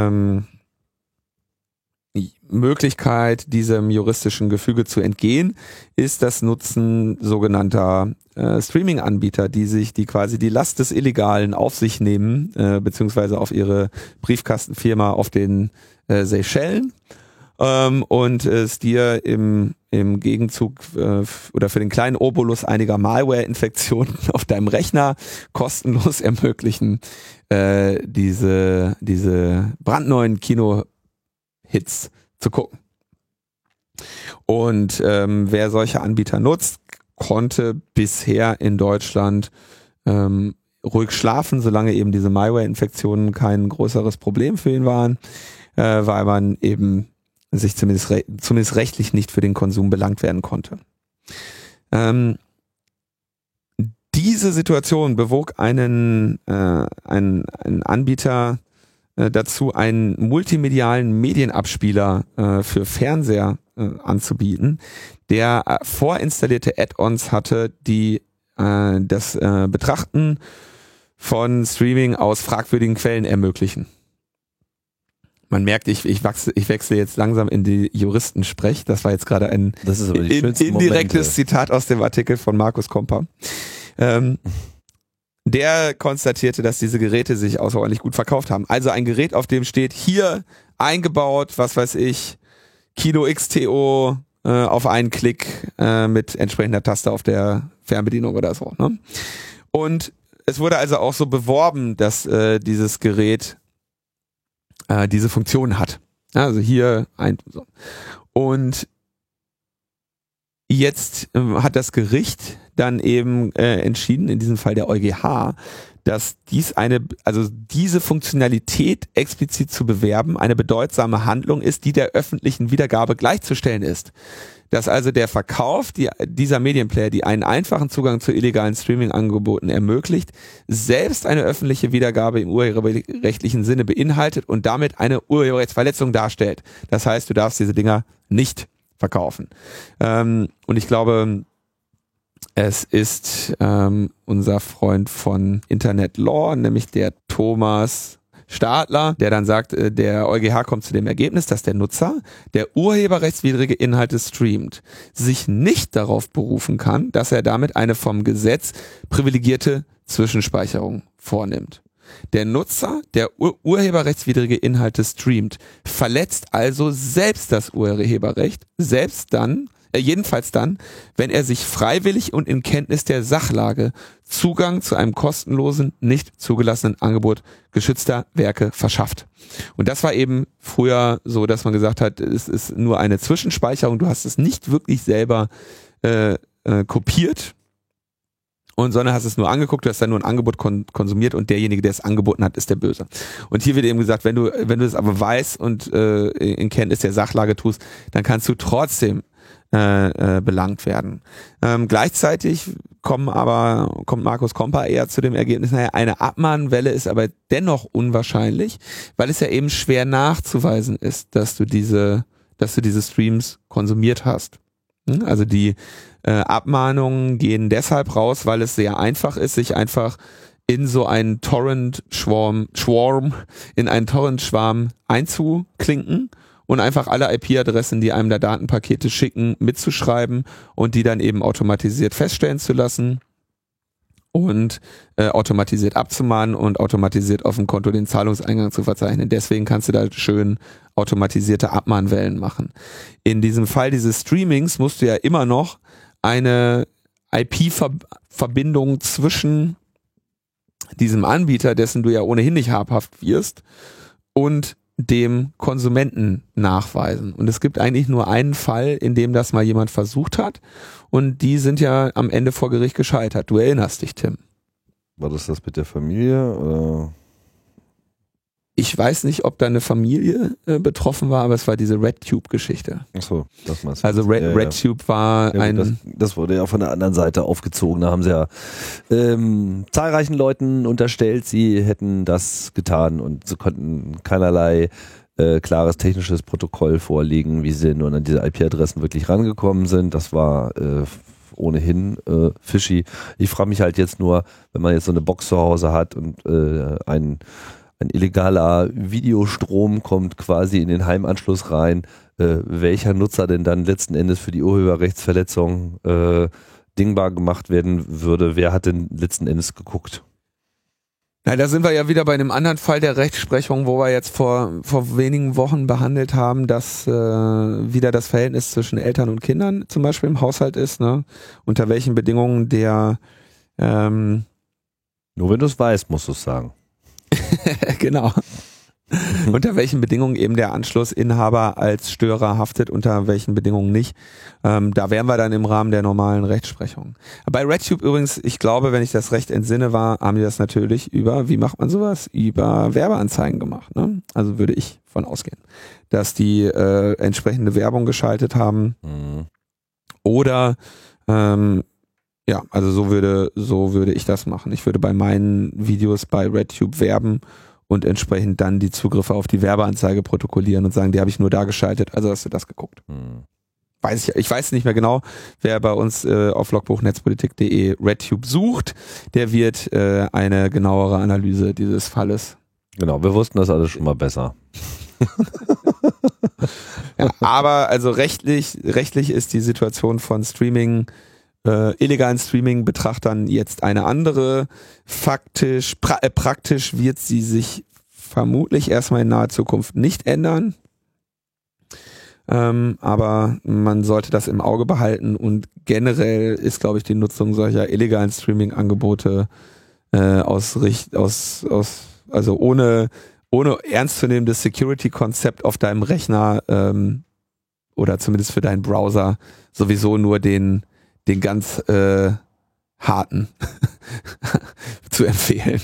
Möglichkeit, diesem juristischen Gefüge zu entgehen, ist das Nutzen sogenannter Streaming-Anbieter, die quasi die Last des Illegalen auf sich nehmen, beziehungsweise auf ihre Briefkastenfirma auf den Seychellen, und es dir im Gegenzug oder für den kleinen Obolus einiger Malware-Infektionen auf deinem Rechner kostenlos ermöglichen, diese brandneuen Kino-Hits zu gucken. Und wer solche Anbieter nutzt, konnte bisher in Deutschland ruhig schlafen, solange eben diese Malware-Infektionen kein größeres Problem für ihn waren, weil man eben sich zumindest rechtlich nicht für den Konsum belangt werden konnte. Diese Situation bewog einen Anbieter dazu, einen multimedialen Medienabspieler für Fernseher anzubieten, der vorinstallierte Add-ons hatte, die das Betrachten von Streaming aus fragwürdigen Quellen ermöglichen. Man merkt, ich wechsle jetzt langsam in die Juristensprech. Das war jetzt gerade ein indirektes Zitat aus dem Artikel von Markus Kompa. Der konstatierte, dass diese Geräte sich außerordentlich gut verkauft haben. Also ein Gerät, auf dem steht, hier eingebaut, was weiß ich, Kino XTO auf einen Klick mit entsprechender Taste auf der Fernbedienung oder so. Ne? Und es wurde also auch so beworben, dass dieses Gerät diese Funktion hat. Also hier so. Und jetzt hat das Gericht dann eben entschieden, in diesem Fall der EuGH, dass diese Funktionalität explizit zu bewerben eine bedeutsame Handlung ist, die der öffentlichen Wiedergabe gleichzustellen ist. Dass also der Verkauf dieser Medienplayer, die einen einfachen Zugang zu illegalen Streaming-Angeboten ermöglicht, selbst eine öffentliche Wiedergabe im urheberrechtlichen Sinne beinhaltet und damit eine Urheberrechtsverletzung darstellt. Das heißt, du darfst diese Dinger nicht verkaufen. Und ich glaube, es ist unser Freund von Internet Law, nämlich der Thomas Stadler, der dann sagt, der EuGH kommt zu dem Ergebnis, dass der Nutzer, der urheberrechtswidrige Inhalte streamt, sich nicht darauf berufen kann, dass er damit eine vom Gesetz privilegierte Zwischenspeicherung vornimmt. Der Nutzer, der urheberrechtswidrige Inhalte streamt, verletzt also selbst das Urheberrecht, jedenfalls dann, wenn er sich freiwillig und in Kenntnis der Sachlage Zugang zu einem kostenlosen, nicht zugelassenen Angebot geschützter Werke verschafft. Und das war eben früher so, dass man gesagt hat, es ist nur eine Zwischenspeicherung, du hast es nicht wirklich selber kopiert, sondern hast es nur angeguckt, du hast dann nur ein Angebot konsumiert und derjenige, der es angeboten hat, ist der Böse. Und hier wird eben gesagt, wenn du es aber weißt und in Kenntnis der Sachlage tust, dann kannst du trotzdem belangt werden. Gleichzeitig kommt Markus Kompa eher zu dem Ergebnis, eine Abmahnwelle ist aber dennoch unwahrscheinlich, weil es ja eben schwer nachzuweisen ist, dass du diese Streams konsumiert hast. Also die Abmahnungen gehen deshalb raus, weil es sehr einfach ist, sich einfach in so einen Torrent-Schwarm einzuklinken und einfach alle IP-Adressen, die einem da Datenpakete schicken, mitzuschreiben und die dann eben automatisiert feststellen zu lassen und automatisiert abzumahnen und automatisiert auf dem Konto den Zahlungseingang zu verzeichnen. Deswegen kannst du da schön automatisierte Abmahnwellen machen. In diesem Fall dieses Streamings musst du ja immer noch eine IP-Verbindung zwischen diesem Anbieter, dessen du ja ohnehin nicht habhaft wirst, und dem Konsumenten nachweisen. Und es gibt eigentlich nur einen Fall, in dem das mal jemand versucht hat, und die sind ja am Ende vor Gericht gescheitert. Du erinnerst dich, Tim. War das mit der Familie? Oder? Ich weiß nicht, ob da eine Familie betroffen war, aber es war diese RedTube-Geschichte. Achso, das meinst du. Also RedTube war das wurde ja von der anderen Seite aufgezogen. Da haben sie ja zahlreichen Leuten unterstellt, sie hätten das getan und sie konnten keinerlei klares technisches Protokoll vorlegen, wie sie nur an diese IP-Adressen wirklich rangekommen sind. Das war ohnehin fishy. Ich frage mich halt jetzt nur, wenn man jetzt so eine Box zu Hause hat und ein illegaler Videostrom kommt quasi in den Heimanschluss rein, welcher Nutzer denn dann letzten Endes für die Urheberrechtsverletzung dingbar gemacht werden würde. Wer hat denn letzten Endes geguckt? Na, da sind wir ja wieder bei einem anderen Fall der Rechtsprechung, wo wir jetzt vor wenigen Wochen behandelt haben, dass wieder das Verhältnis zwischen Eltern und Kindern zum Beispiel im Haushalt ist, ne? Unter welchen Bedingungen der Nur wenn du es weißt, musst du es sagen. Genau. Unter welchen Bedingungen eben der Anschlussinhaber als Störer haftet, unter welchen Bedingungen nicht. Da wären wir dann im Rahmen der normalen Rechtsprechung. Bei RedTube übrigens, ich glaube, wenn ich das recht entsinne war, haben die das natürlich über, wie macht man sowas? Über Werbeanzeigen gemacht. Ne? Also würde ich von ausgehen, dass die entsprechende Werbung geschaltet haben. Mhm. Oder ja, also so würde ich das machen. Ich würde bei meinen Videos bei RedTube werben und entsprechend dann die Zugriffe auf die Werbeanzeige protokollieren und sagen, die habe ich nur da geschaltet, also hast du das geguckt. Ich weiß nicht mehr genau, wer bei uns auf logbuchnetzpolitik.de RedTube sucht, der wird eine genauere Analyse dieses Falles. Genau, wir wussten das alles schon mal besser. Ja, aber also rechtlich ist die Situation von illegalen Streaming-Betrachtern jetzt eine andere. Praktisch wird sie sich vermutlich erstmal in naher Zukunft nicht ändern. Aber man sollte das im Auge behalten und generell ist, glaube ich, die Nutzung solcher illegalen Streaming-Angebote also ohne ernstzunehmendes Security-Konzept auf deinem Rechner oder zumindest für deinen Browser sowieso nur den ganz harten zu empfehlen.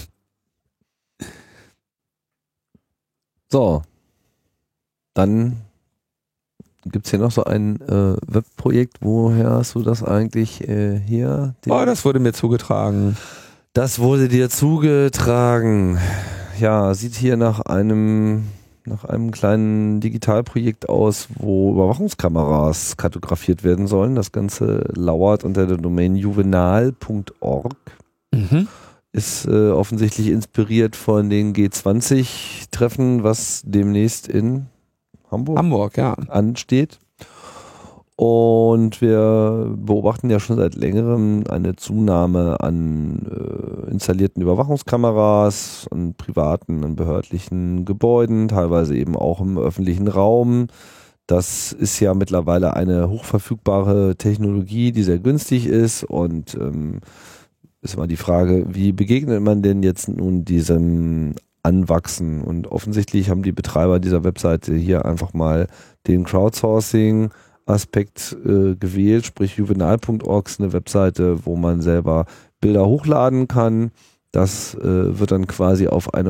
So, dann gibt es hier noch so ein Webprojekt. Woher hast du das eigentlich hier? Das wurde mir zugetragen. Das wurde dir zugetragen. Ja, sieht hier nach einem kleinen Digitalprojekt aus, wo Überwachungskameras kartografiert werden sollen. Das Ganze lauert unter der Domain juvenal.org. Ist offensichtlich inspiriert von den G20-Treffen, was demnächst in Hamburg ja, ansteht. Und wir beobachten ja schon seit längerem eine Zunahme an installierten Überwachungskameras, an privaten, an behördlichen Gebäuden, teilweise eben auch im öffentlichen Raum. Das ist ja mittlerweile eine hochverfügbare Technologie, die sehr günstig ist und ist immer die Frage, wie begegnet man denn jetzt nun diesem Anwachsen? Und offensichtlich haben die Betreiber dieser Webseite hier einfach mal den Crowdsourcing-Aspekt gewählt, sprich juvenal.org ist eine Webseite, wo man selber Bilder hochladen kann. Das wird dann quasi auf eine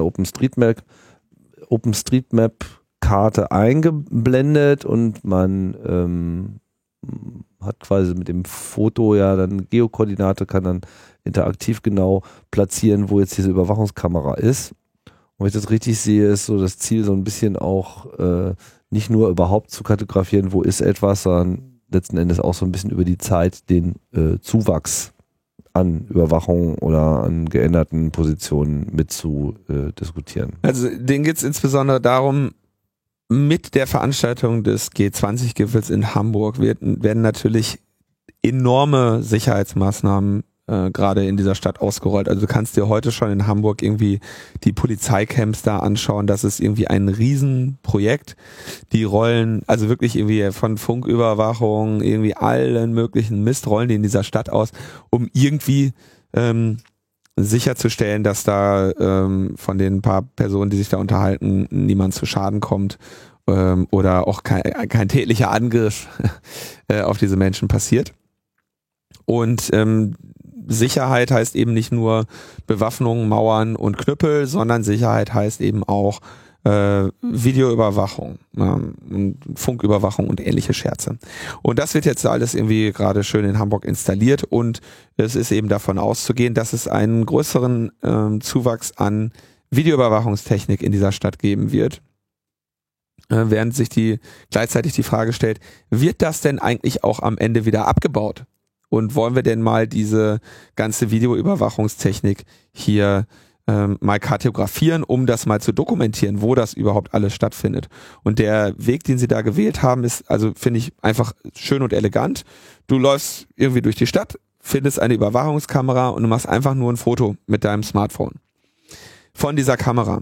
OpenStreetMap-Karte eingeblendet und man hat quasi mit dem Foto ja dann Geokoordinate, kann dann interaktiv genau platzieren, wo jetzt diese Überwachungskamera ist. Und wenn ich das richtig sehe, ist so das Ziel so ein bisschen auch nicht nur überhaupt zu kartografieren, wo ist etwas, sondern letzten Endes auch so ein bisschen über die Zeit den Zuwachs an Überwachung oder an geänderten Positionen mit zu diskutieren. Also denen geht es insbesondere darum, mit der Veranstaltung des G20-Gipfels in Hamburg werden natürlich enorme Sicherheitsmaßnahmen gerade in dieser Stadt ausgerollt. Also du kannst dir heute schon in Hamburg irgendwie die Polizeicamps da anschauen. Das ist irgendwie ein Riesenprojekt. Die rollen, also wirklich irgendwie von Funküberwachung, irgendwie allen möglichen Mist rollen die in dieser Stadt aus, um irgendwie sicherzustellen, dass da von den paar Personen, die sich da unterhalten, niemand zu Schaden kommt oder auch kein tätlicher Angriff auf diese Menschen passiert. Und Sicherheit heißt eben nicht nur Bewaffnung, Mauern und Knüppel, sondern Sicherheit heißt eben auch Videoüberwachung, und Funküberwachung und ähnliche Scherze. Und das wird jetzt alles irgendwie gerade schön in Hamburg installiert und es ist eben davon auszugehen, dass es einen größeren Zuwachs an Videoüberwachungstechnik in dieser Stadt geben wird. Während sich gleichzeitig die Frage stellt, wird das denn eigentlich auch am Ende wieder abgebaut? Und wollen wir denn mal diese ganze Videoüberwachungstechnik hier mal kartografieren, um das mal zu dokumentieren, wo das überhaupt alles stattfindet. Und der Weg, den sie da gewählt haben, ist, also finde ich einfach schön und elegant. Du läufst irgendwie durch die Stadt, findest eine Überwachungskamera und du machst einfach nur ein Foto mit deinem Smartphone von dieser Kamera.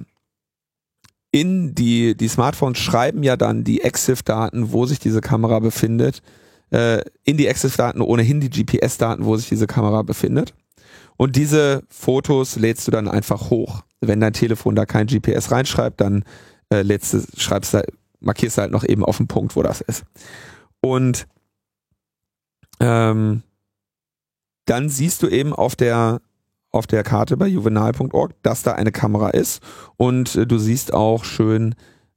Die Smartphones schreiben ja dann die EXIF-Daten, wo sich diese Kamera befindet, in die EXIF-Daten ohnehin die GPS-Daten, wo sich diese Kamera befindet. Und diese Fotos lädst du dann einfach hoch. Wenn dein Telefon da kein GPS reinschreibt, dann markierst du halt noch eben auf den Punkt, wo das ist. Und dann siehst du eben auf der Karte bei juvenal.org, dass da eine Kamera ist und du siehst auch schön,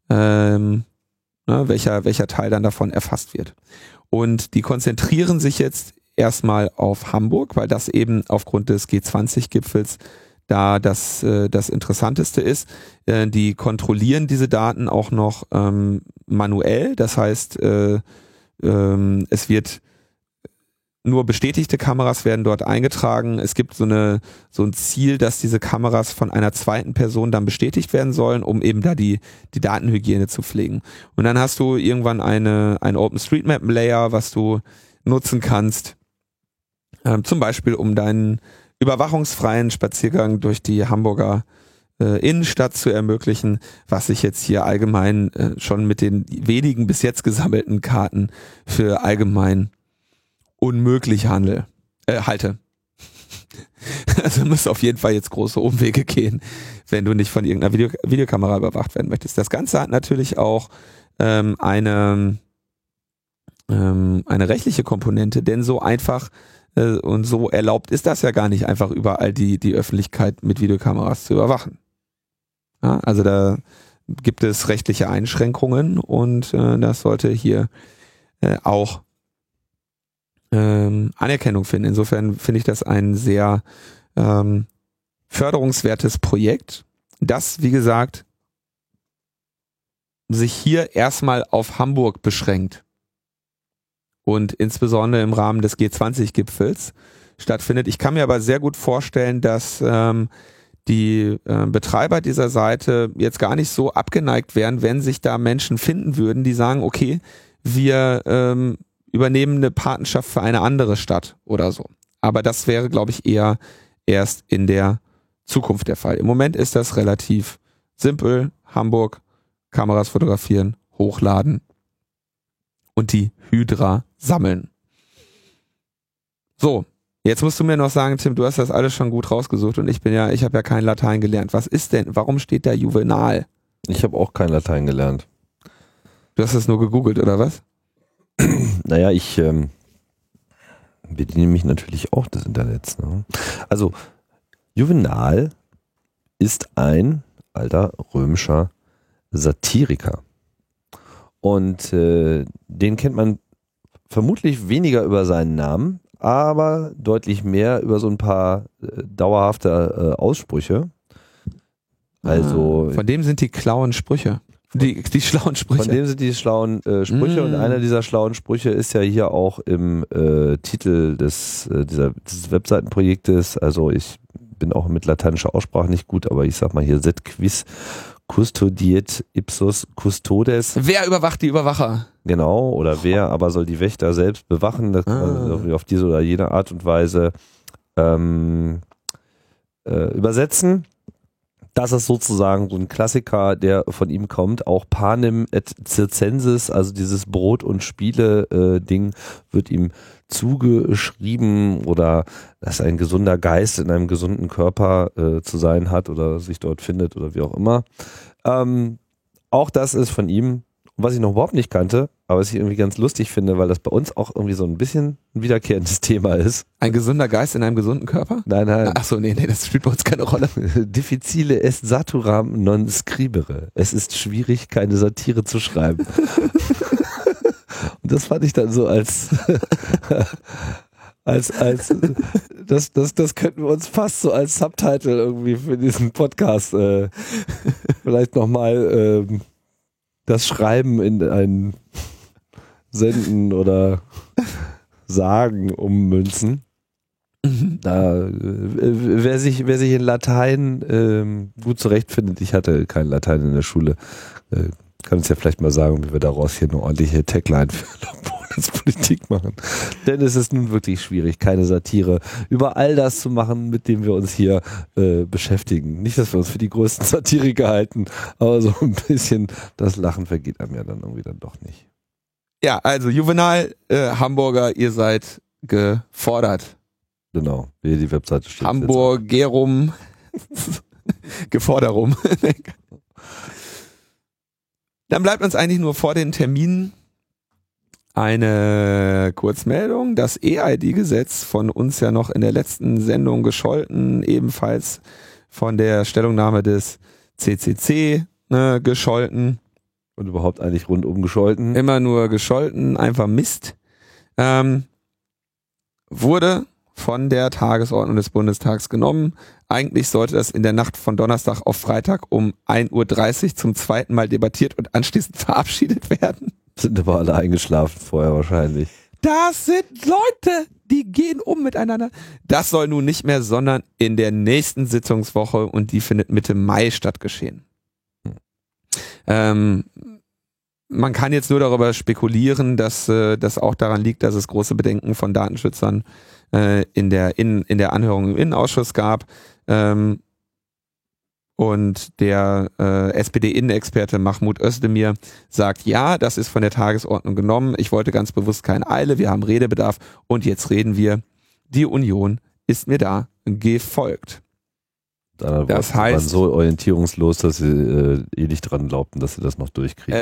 welcher Teil dann davon erfasst wird. Und die konzentrieren sich jetzt erstmal auf Hamburg, weil das eben aufgrund des G20-Gipfels da das Interessanteste ist. Die kontrollieren diese Daten auch noch manuell. Das heißt, es wird nur bestätigte Kameras werden dort eingetragen. Es gibt so ein Ziel, dass diese Kameras von einer zweiten Person dann bestätigt werden sollen, um eben da die Datenhygiene zu pflegen. Und dann hast du irgendwann ein OpenStreetMap-Layer, was du nutzen kannst, zum Beispiel um deinen überwachungsfreien Spaziergang durch die Hamburger Innenstadt zu ermöglichen, was ich jetzt hier allgemein schon mit den wenigen bis jetzt gesammelten Karten für allgemein unmöglich halte. Also du musst auf jeden Fall jetzt große Umwege gehen, wenn du nicht von irgendeiner Videokamera überwacht werden möchtest. Das Ganze hat natürlich auch eine rechtliche Komponente, denn so einfach und so erlaubt ist das ja gar nicht, einfach überall die Öffentlichkeit mit Videokameras zu überwachen. Ja, also da gibt es rechtliche Einschränkungen und das sollte hier auch Anerkennung finden. Insofern finde ich das ein sehr förderungswertes Projekt, das, wie gesagt, sich hier erstmal auf Hamburg beschränkt und insbesondere im Rahmen des G20-Gipfels stattfindet. Ich kann mir aber sehr gut vorstellen, dass die Betreiber dieser Seite jetzt gar nicht so abgeneigt wären, wenn sich da Menschen finden würden, die sagen, okay, wir übernehmen eine Patenschaft für eine andere Stadt oder so. Aber das wäre, glaube ich, eher erst in der Zukunft der Fall. Im Moment ist das relativ simpel. Hamburg, Kameras fotografieren, hochladen und die Hydra sammeln. So, jetzt musst du mir noch sagen, Tim, du hast das alles schon gut rausgesucht und ich habe ja kein Latein gelernt. Was ist denn, warum steht da Juvenal? Ich habe auch kein Latein gelernt. Du hast das nur gegoogelt, oder was? Naja, ich bediene mich natürlich auch des Internets. Ne? Also, Juvenal ist ein alter römischer Satiriker. Und den kennt man vermutlich weniger über seinen Namen, aber deutlich mehr über so ein paar dauerhafte Aussprüche. Also von dem sind die schlauen Sprüche. Die schlauen Sprüche. Von dem sind die schlauen Sprüche und einer dieser schlauen Sprüche ist ja hier auch im Titel dieses Webseitenprojektes. Also ich bin auch mit lateinischer Aussprache nicht gut, aber ich sag mal hier sed quis custodiet ipsos custodes. Wer überwacht die Überwacher? Genau, oder wer aber soll die Wächter selbst bewachen, das auf diese oder jene Art und Weise übersetzen. Das ist sozusagen so ein Klassiker, der von ihm kommt. Auch Panem et Circenses, also dieses Brot- und Spiele-Ding, wird ihm zugeschrieben oder dass ein gesunder Geist in einem gesunden Körper zu sein hat oder sich dort findet oder wie auch immer. Auch das ist von ihm. Und was ich noch überhaupt nicht kannte, aber was ich irgendwie ganz lustig finde, weil das bei uns auch irgendwie so ein bisschen ein wiederkehrendes Thema ist. Ein gesunder Geist in einem gesunden Körper? Nein. Achso, nee, das spielt bei uns keine Rolle. Difficile est saturam non scribere. Es ist schwierig, keine Satire zu schreiben. Und das fand ich dann so als das könnten wir uns fast so als Subtitle irgendwie für diesen Podcast vielleicht nochmal das Schreiben in ein Senden oder Sagen ummünzen. Da, wer sich in Latein gut zurechtfindet, ich hatte kein Latein in der Schule, kann uns ja vielleicht mal sagen, wie wir daraus hier eine ordentliche Tagline für Politik machen. Denn es ist nun wirklich schwierig, keine Satire über all das zu machen, mit dem wir uns hier beschäftigen. Nicht, dass wir uns für die größten Satiriker halten, aber so ein bisschen das Lachen vergeht einem ja dann irgendwie dann doch nicht. Ja, also Juvenal, Hamburger, ihr seid gefordert. Genau, wie die Webseite steht. Hamburgerum Geforderum. Dann bleibt uns eigentlich nur vor den Terminen eine Kurzmeldung. Das EID-Gesetz, von uns ja noch in der letzten Sendung gescholten, ebenfalls von der Stellungnahme des CCC gescholten. Und überhaupt eigentlich rundum gescholten. Immer nur gescholten, einfach Mist. Wurde von der Tagesordnung des Bundestags genommen. Eigentlich sollte das in der Nacht von Donnerstag auf Freitag um 1:30 Uhr zum zweiten Mal debattiert und anschließend verabschiedet werden. Sind aber alle eingeschlafen vorher wahrscheinlich. Das sind Leute, die gehen um miteinander. Das soll nun nicht mehr, sondern in der nächsten Sitzungswoche, und die findet Mitte Mai statt, geschehen. Man kann jetzt nur darüber spekulieren, dass das auch daran liegt, dass es große Bedenken von Datenschützern in der Anhörung im Innenausschuss gab. Und der SPD-Innenexperte Mahmoud Özdemir sagt, ja, das ist von der Tagesordnung genommen. Ich wollte ganz bewusst keine Eile, wir haben Redebedarf und jetzt reden wir. Die Union ist mir da gefolgt. Das heißt, waren so orientierungslos, dass sie nicht dran glaubten, dass sie das noch durchkriegen.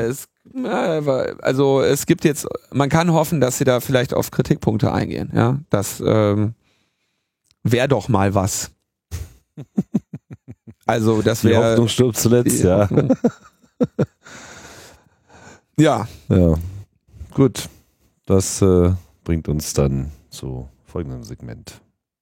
Es gibt jetzt, man kann hoffen, dass sie da vielleicht auf Kritikpunkte eingehen. Ja, das wäre doch mal was. Also das wäre. Die Hoffnung stirbt zuletzt, ja. Ja. Ja. Gut. Das bringt uns dann zu folgendem Segment.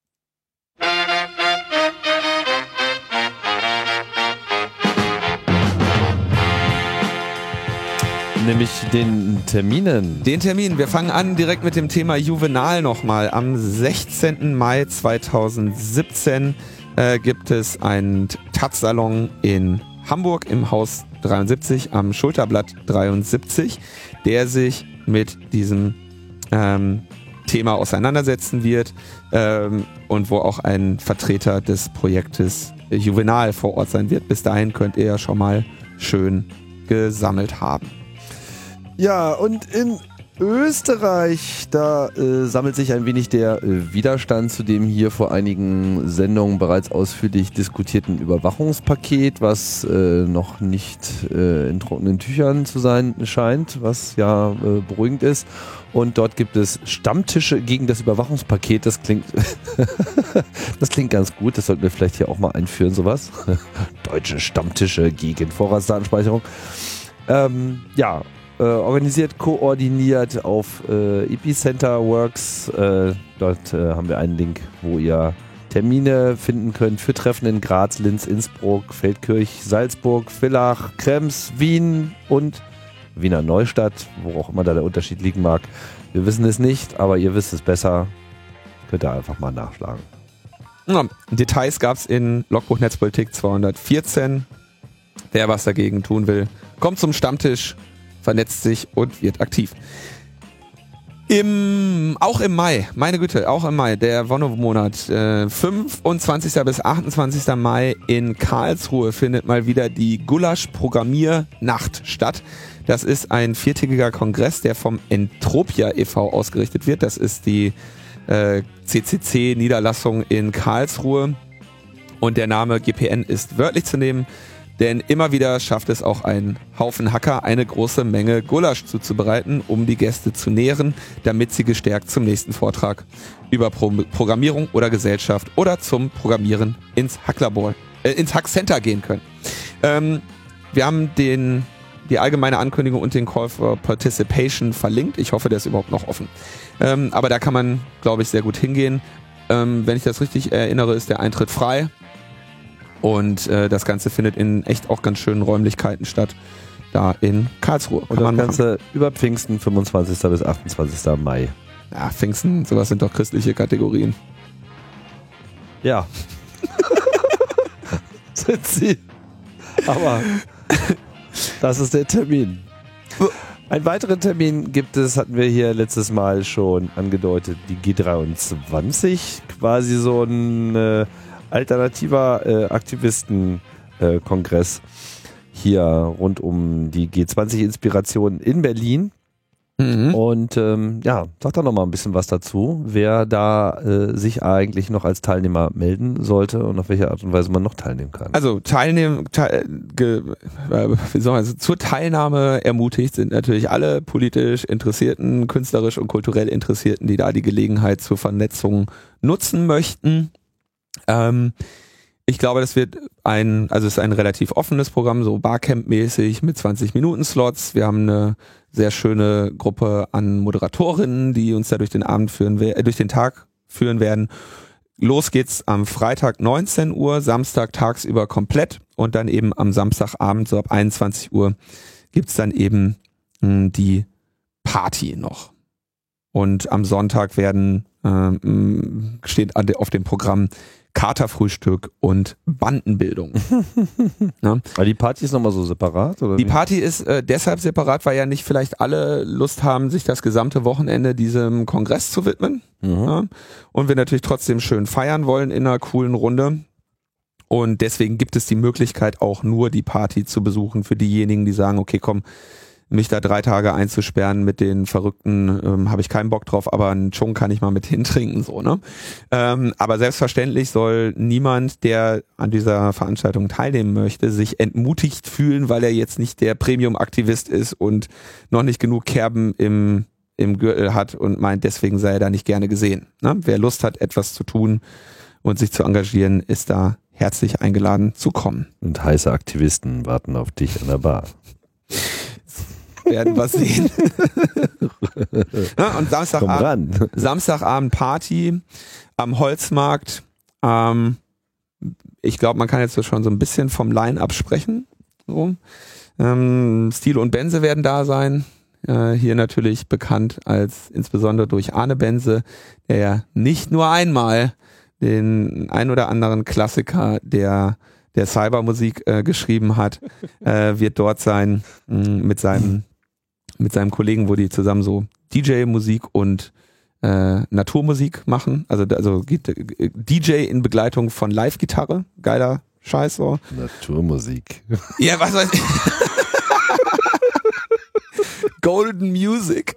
Nämlich den Terminen. Den Termin. Wir fangen an direkt mit dem Thema Juvenal nochmal. Am 16. Mai 2017 gibt es einen Taz-Salon in Hamburg im Haus 73 am Schulterblatt 73, der sich mit diesem Thema auseinandersetzen wird und wo auch ein Vertreter des Projektes Juvenal vor Ort sein wird. Bis dahin könnt ihr ja schon mal schön gesammelt haben. Ja, und in Österreich, da sammelt sich ein wenig der Widerstand zu dem hier vor einigen Sendungen bereits ausführlich diskutierten Überwachungspaket, was noch nicht in trockenen Tüchern zu sein scheint, was ja beruhigend ist. Und dort gibt es Stammtische gegen das Überwachungspaket. Das klingt ganz gut. Das sollten wir vielleicht hier auch mal einführen, sowas. Deutsche Stammtische gegen Vorratsdatenspeicherung. Organisiert, koordiniert auf Epicenter Works. Dort haben wir einen Link, wo ihr Termine finden könnt für Treffen in Graz, Linz, Innsbruck, Feldkirch, Salzburg, Villach, Krems, Wien und Wiener Neustadt, wo auch immer da der Unterschied liegen mag. Wir wissen es nicht, aber ihr wisst es besser. Könnt ihr einfach mal nachschlagen. Ja, Details gab es in Logbuch Netzpolitik 214. Wer was dagegen tun will, kommt zum Stammtisch, vernetzt sich und wird aktiv. Auch im Mai, meine Güte, auch im Mai, der Wonne-Monat, 25. bis 28. Mai in Karlsruhe findet mal wieder die Gulasch-Programmiernacht statt. Das ist ein 4-tägiger Kongress, der vom Entropia e.V. ausgerichtet wird. Das ist die CCC-Niederlassung in Karlsruhe und der Name GPN ist wörtlich zu nehmen, Denn immer wieder schafft es auch ein Haufen Hacker, eine große Menge Gulasch zuzubereiten, um die Gäste zu nähren, damit sie gestärkt zum nächsten Vortrag über Programmierung oder Gesellschaft oder zum Programmieren ins Hacklabor, ins Hackcenter gehen können. Wir haben die allgemeine Ankündigung und den Call for Participation verlinkt. Ich hoffe, der ist überhaupt noch offen. Aber da kann man, glaube ich, sehr gut hingehen. Wenn ich das richtig erinnere, ist der Eintritt frei. Und das Ganze findet in echt auch ganz schönen Räumlichkeiten statt. Da in Karlsruhe. Und das Ganze über Pfingsten, 25. bis 28. Mai. Ja, Pfingsten, sowas sind doch christliche Kategorien. Ja. Sind sie. Aber das ist der Termin. Einen weiteren Termin gibt es, hatten wir hier letztes Mal schon angedeutet, die G23, quasi so ein alternativer Aktivistenkongress hier rund um die G20-Inspiration in Berlin. Mhm. Und sag doch noch mal ein bisschen was dazu, wer da sich eigentlich noch als Teilnehmer melden sollte und auf welche Art und Weise man noch teilnehmen kann. Also zur Teilnahme ermutigt sind natürlich alle politisch Interessierten, künstlerisch und kulturell Interessierten, die da die Gelegenheit zur Vernetzung nutzen möchten. Ich glaube, das wird es ist ein relativ offenes Programm, so Barcamp-mäßig mit 20-Minuten-Slots. Wir haben eine sehr schöne Gruppe an Moderatorinnen, die uns da durch den Tag führen werden. Los geht's am Freitag 19 Uhr, Samstag tagsüber komplett und dann eben am Samstagabend so ab 21 Uhr gibt's dann eben die Party noch. Und am Sonntag steht auf dem Programm Katerfrühstück und Bandenbildung. Ja. Aber die Party ist nochmal so separat? Oder die Party ist deshalb separat, weil ja nicht vielleicht alle Lust haben, sich das gesamte Wochenende diesem Kongress zu widmen. Mhm. Ja. Und wir natürlich trotzdem schön feiern wollen in einer coolen Runde. Und deswegen gibt es die Möglichkeit, auch nur die Party zu besuchen für diejenigen, die sagen, okay, komm, mich da 3 Tage einzusperren mit den Verrückten, habe ich keinen Bock drauf, aber einen Chung kann ich mal mit hintrinken, so, ne? Aber selbstverständlich soll niemand, der an dieser Veranstaltung teilnehmen möchte, sich entmutigt fühlen, weil er jetzt nicht der Premium-Aktivist ist und noch nicht genug Kerben im Gürtel hat und meint, deswegen sei er da nicht gerne gesehen. Ne? Wer Lust hat, etwas zu tun und sich zu engagieren, ist da herzlich eingeladen zu kommen. Und heiße Aktivisten warten auf dich an der Bar. Werden wir sehen. Ja, und Samstagabend Party am Holzmarkt. Ich glaube, man kann jetzt schon so ein bisschen vom Line-Up sprechen. So. Stilo und Benze werden da sein. Hier natürlich bekannt als insbesondere durch Arne Benze, der ja nicht nur einmal den ein oder anderen Klassiker der Cybermusik geschrieben hat, wird dort sein mit seinem Kollegen, wo die zusammen so DJ-Musik und Naturmusik machen. Also DJ in Begleitung von Live-Gitarre. Geiler Scheiß so. Naturmusik. Ja, was weiß ich. Golden Music.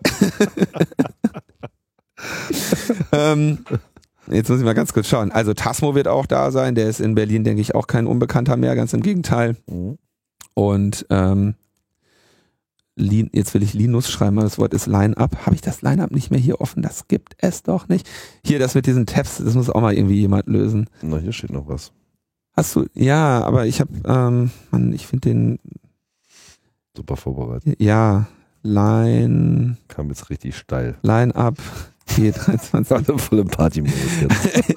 Jetzt muss ich mal ganz kurz schauen. Also Tasmo wird auch da sein. Der ist in Berlin, denke ich, auch kein Unbekannter mehr. Ganz im Gegenteil. Mhm. Und jetzt will ich Linus schreiben, das Wort ist Line-Up. Habe ich das Line-Up nicht mehr hier offen? Das gibt es doch nicht. Hier, das mit diesen Tabs, das muss auch mal irgendwie jemand lösen. Na, hier steht noch was. Hast du, ja, aber ich habe, ich finde den super vorbereitet. Ja, kam jetzt richtig steil. Line-Up G23. Alle voll im Party-Modus jetzt.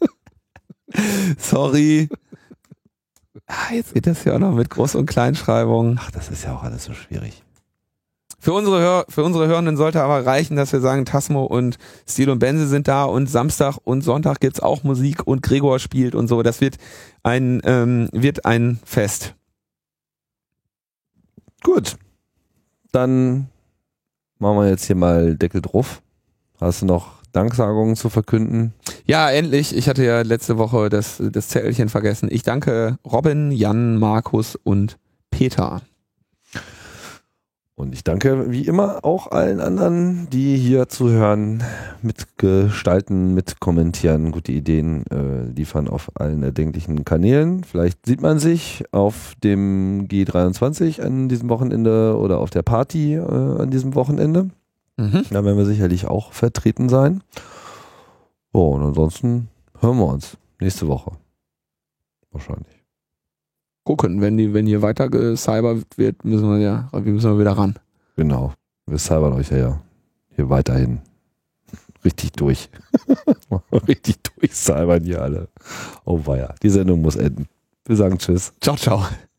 Sorry. Jetzt geht das ja auch noch mit Groß- und Kleinschreibung. Ach, das ist ja auch alles so schwierig. Für unsere Hörenden sollte aber reichen, dass wir sagen, Tasmo und Stilo und Benze sind da und Samstag und Sonntag gibt's auch Musik und Gregor spielt und so. Das wird ein Fest. Gut. Dann machen wir jetzt hier mal Deckel drauf. Hast du noch Danksagungen zu verkünden? Ja, endlich. Ich hatte ja letzte Woche das Zettelchen vergessen. Ich danke Robin, Jan, Markus und Peter. Und ich danke wie immer auch allen anderen, die hier zuhören, mitgestalten, mitkommentieren, gute Ideen liefern auf allen erdenklichen Kanälen. Vielleicht sieht man sich auf dem G23 an diesem Wochenende oder auf der Party an diesem Wochenende. Da werden wir sicherlich auch vertreten sein. Oh, und ansonsten hören wir uns nächste Woche. Wahrscheinlich. Gucken, wenn hier weiter gecybert wird, müssen wir wieder ran. Genau. Wir cybern euch ja hier weiterhin. Richtig durch. Richtig durch cybern hier alle. Oh weia. Die Sendung muss enden. Wir sagen Tschüss. Ciao, ciao.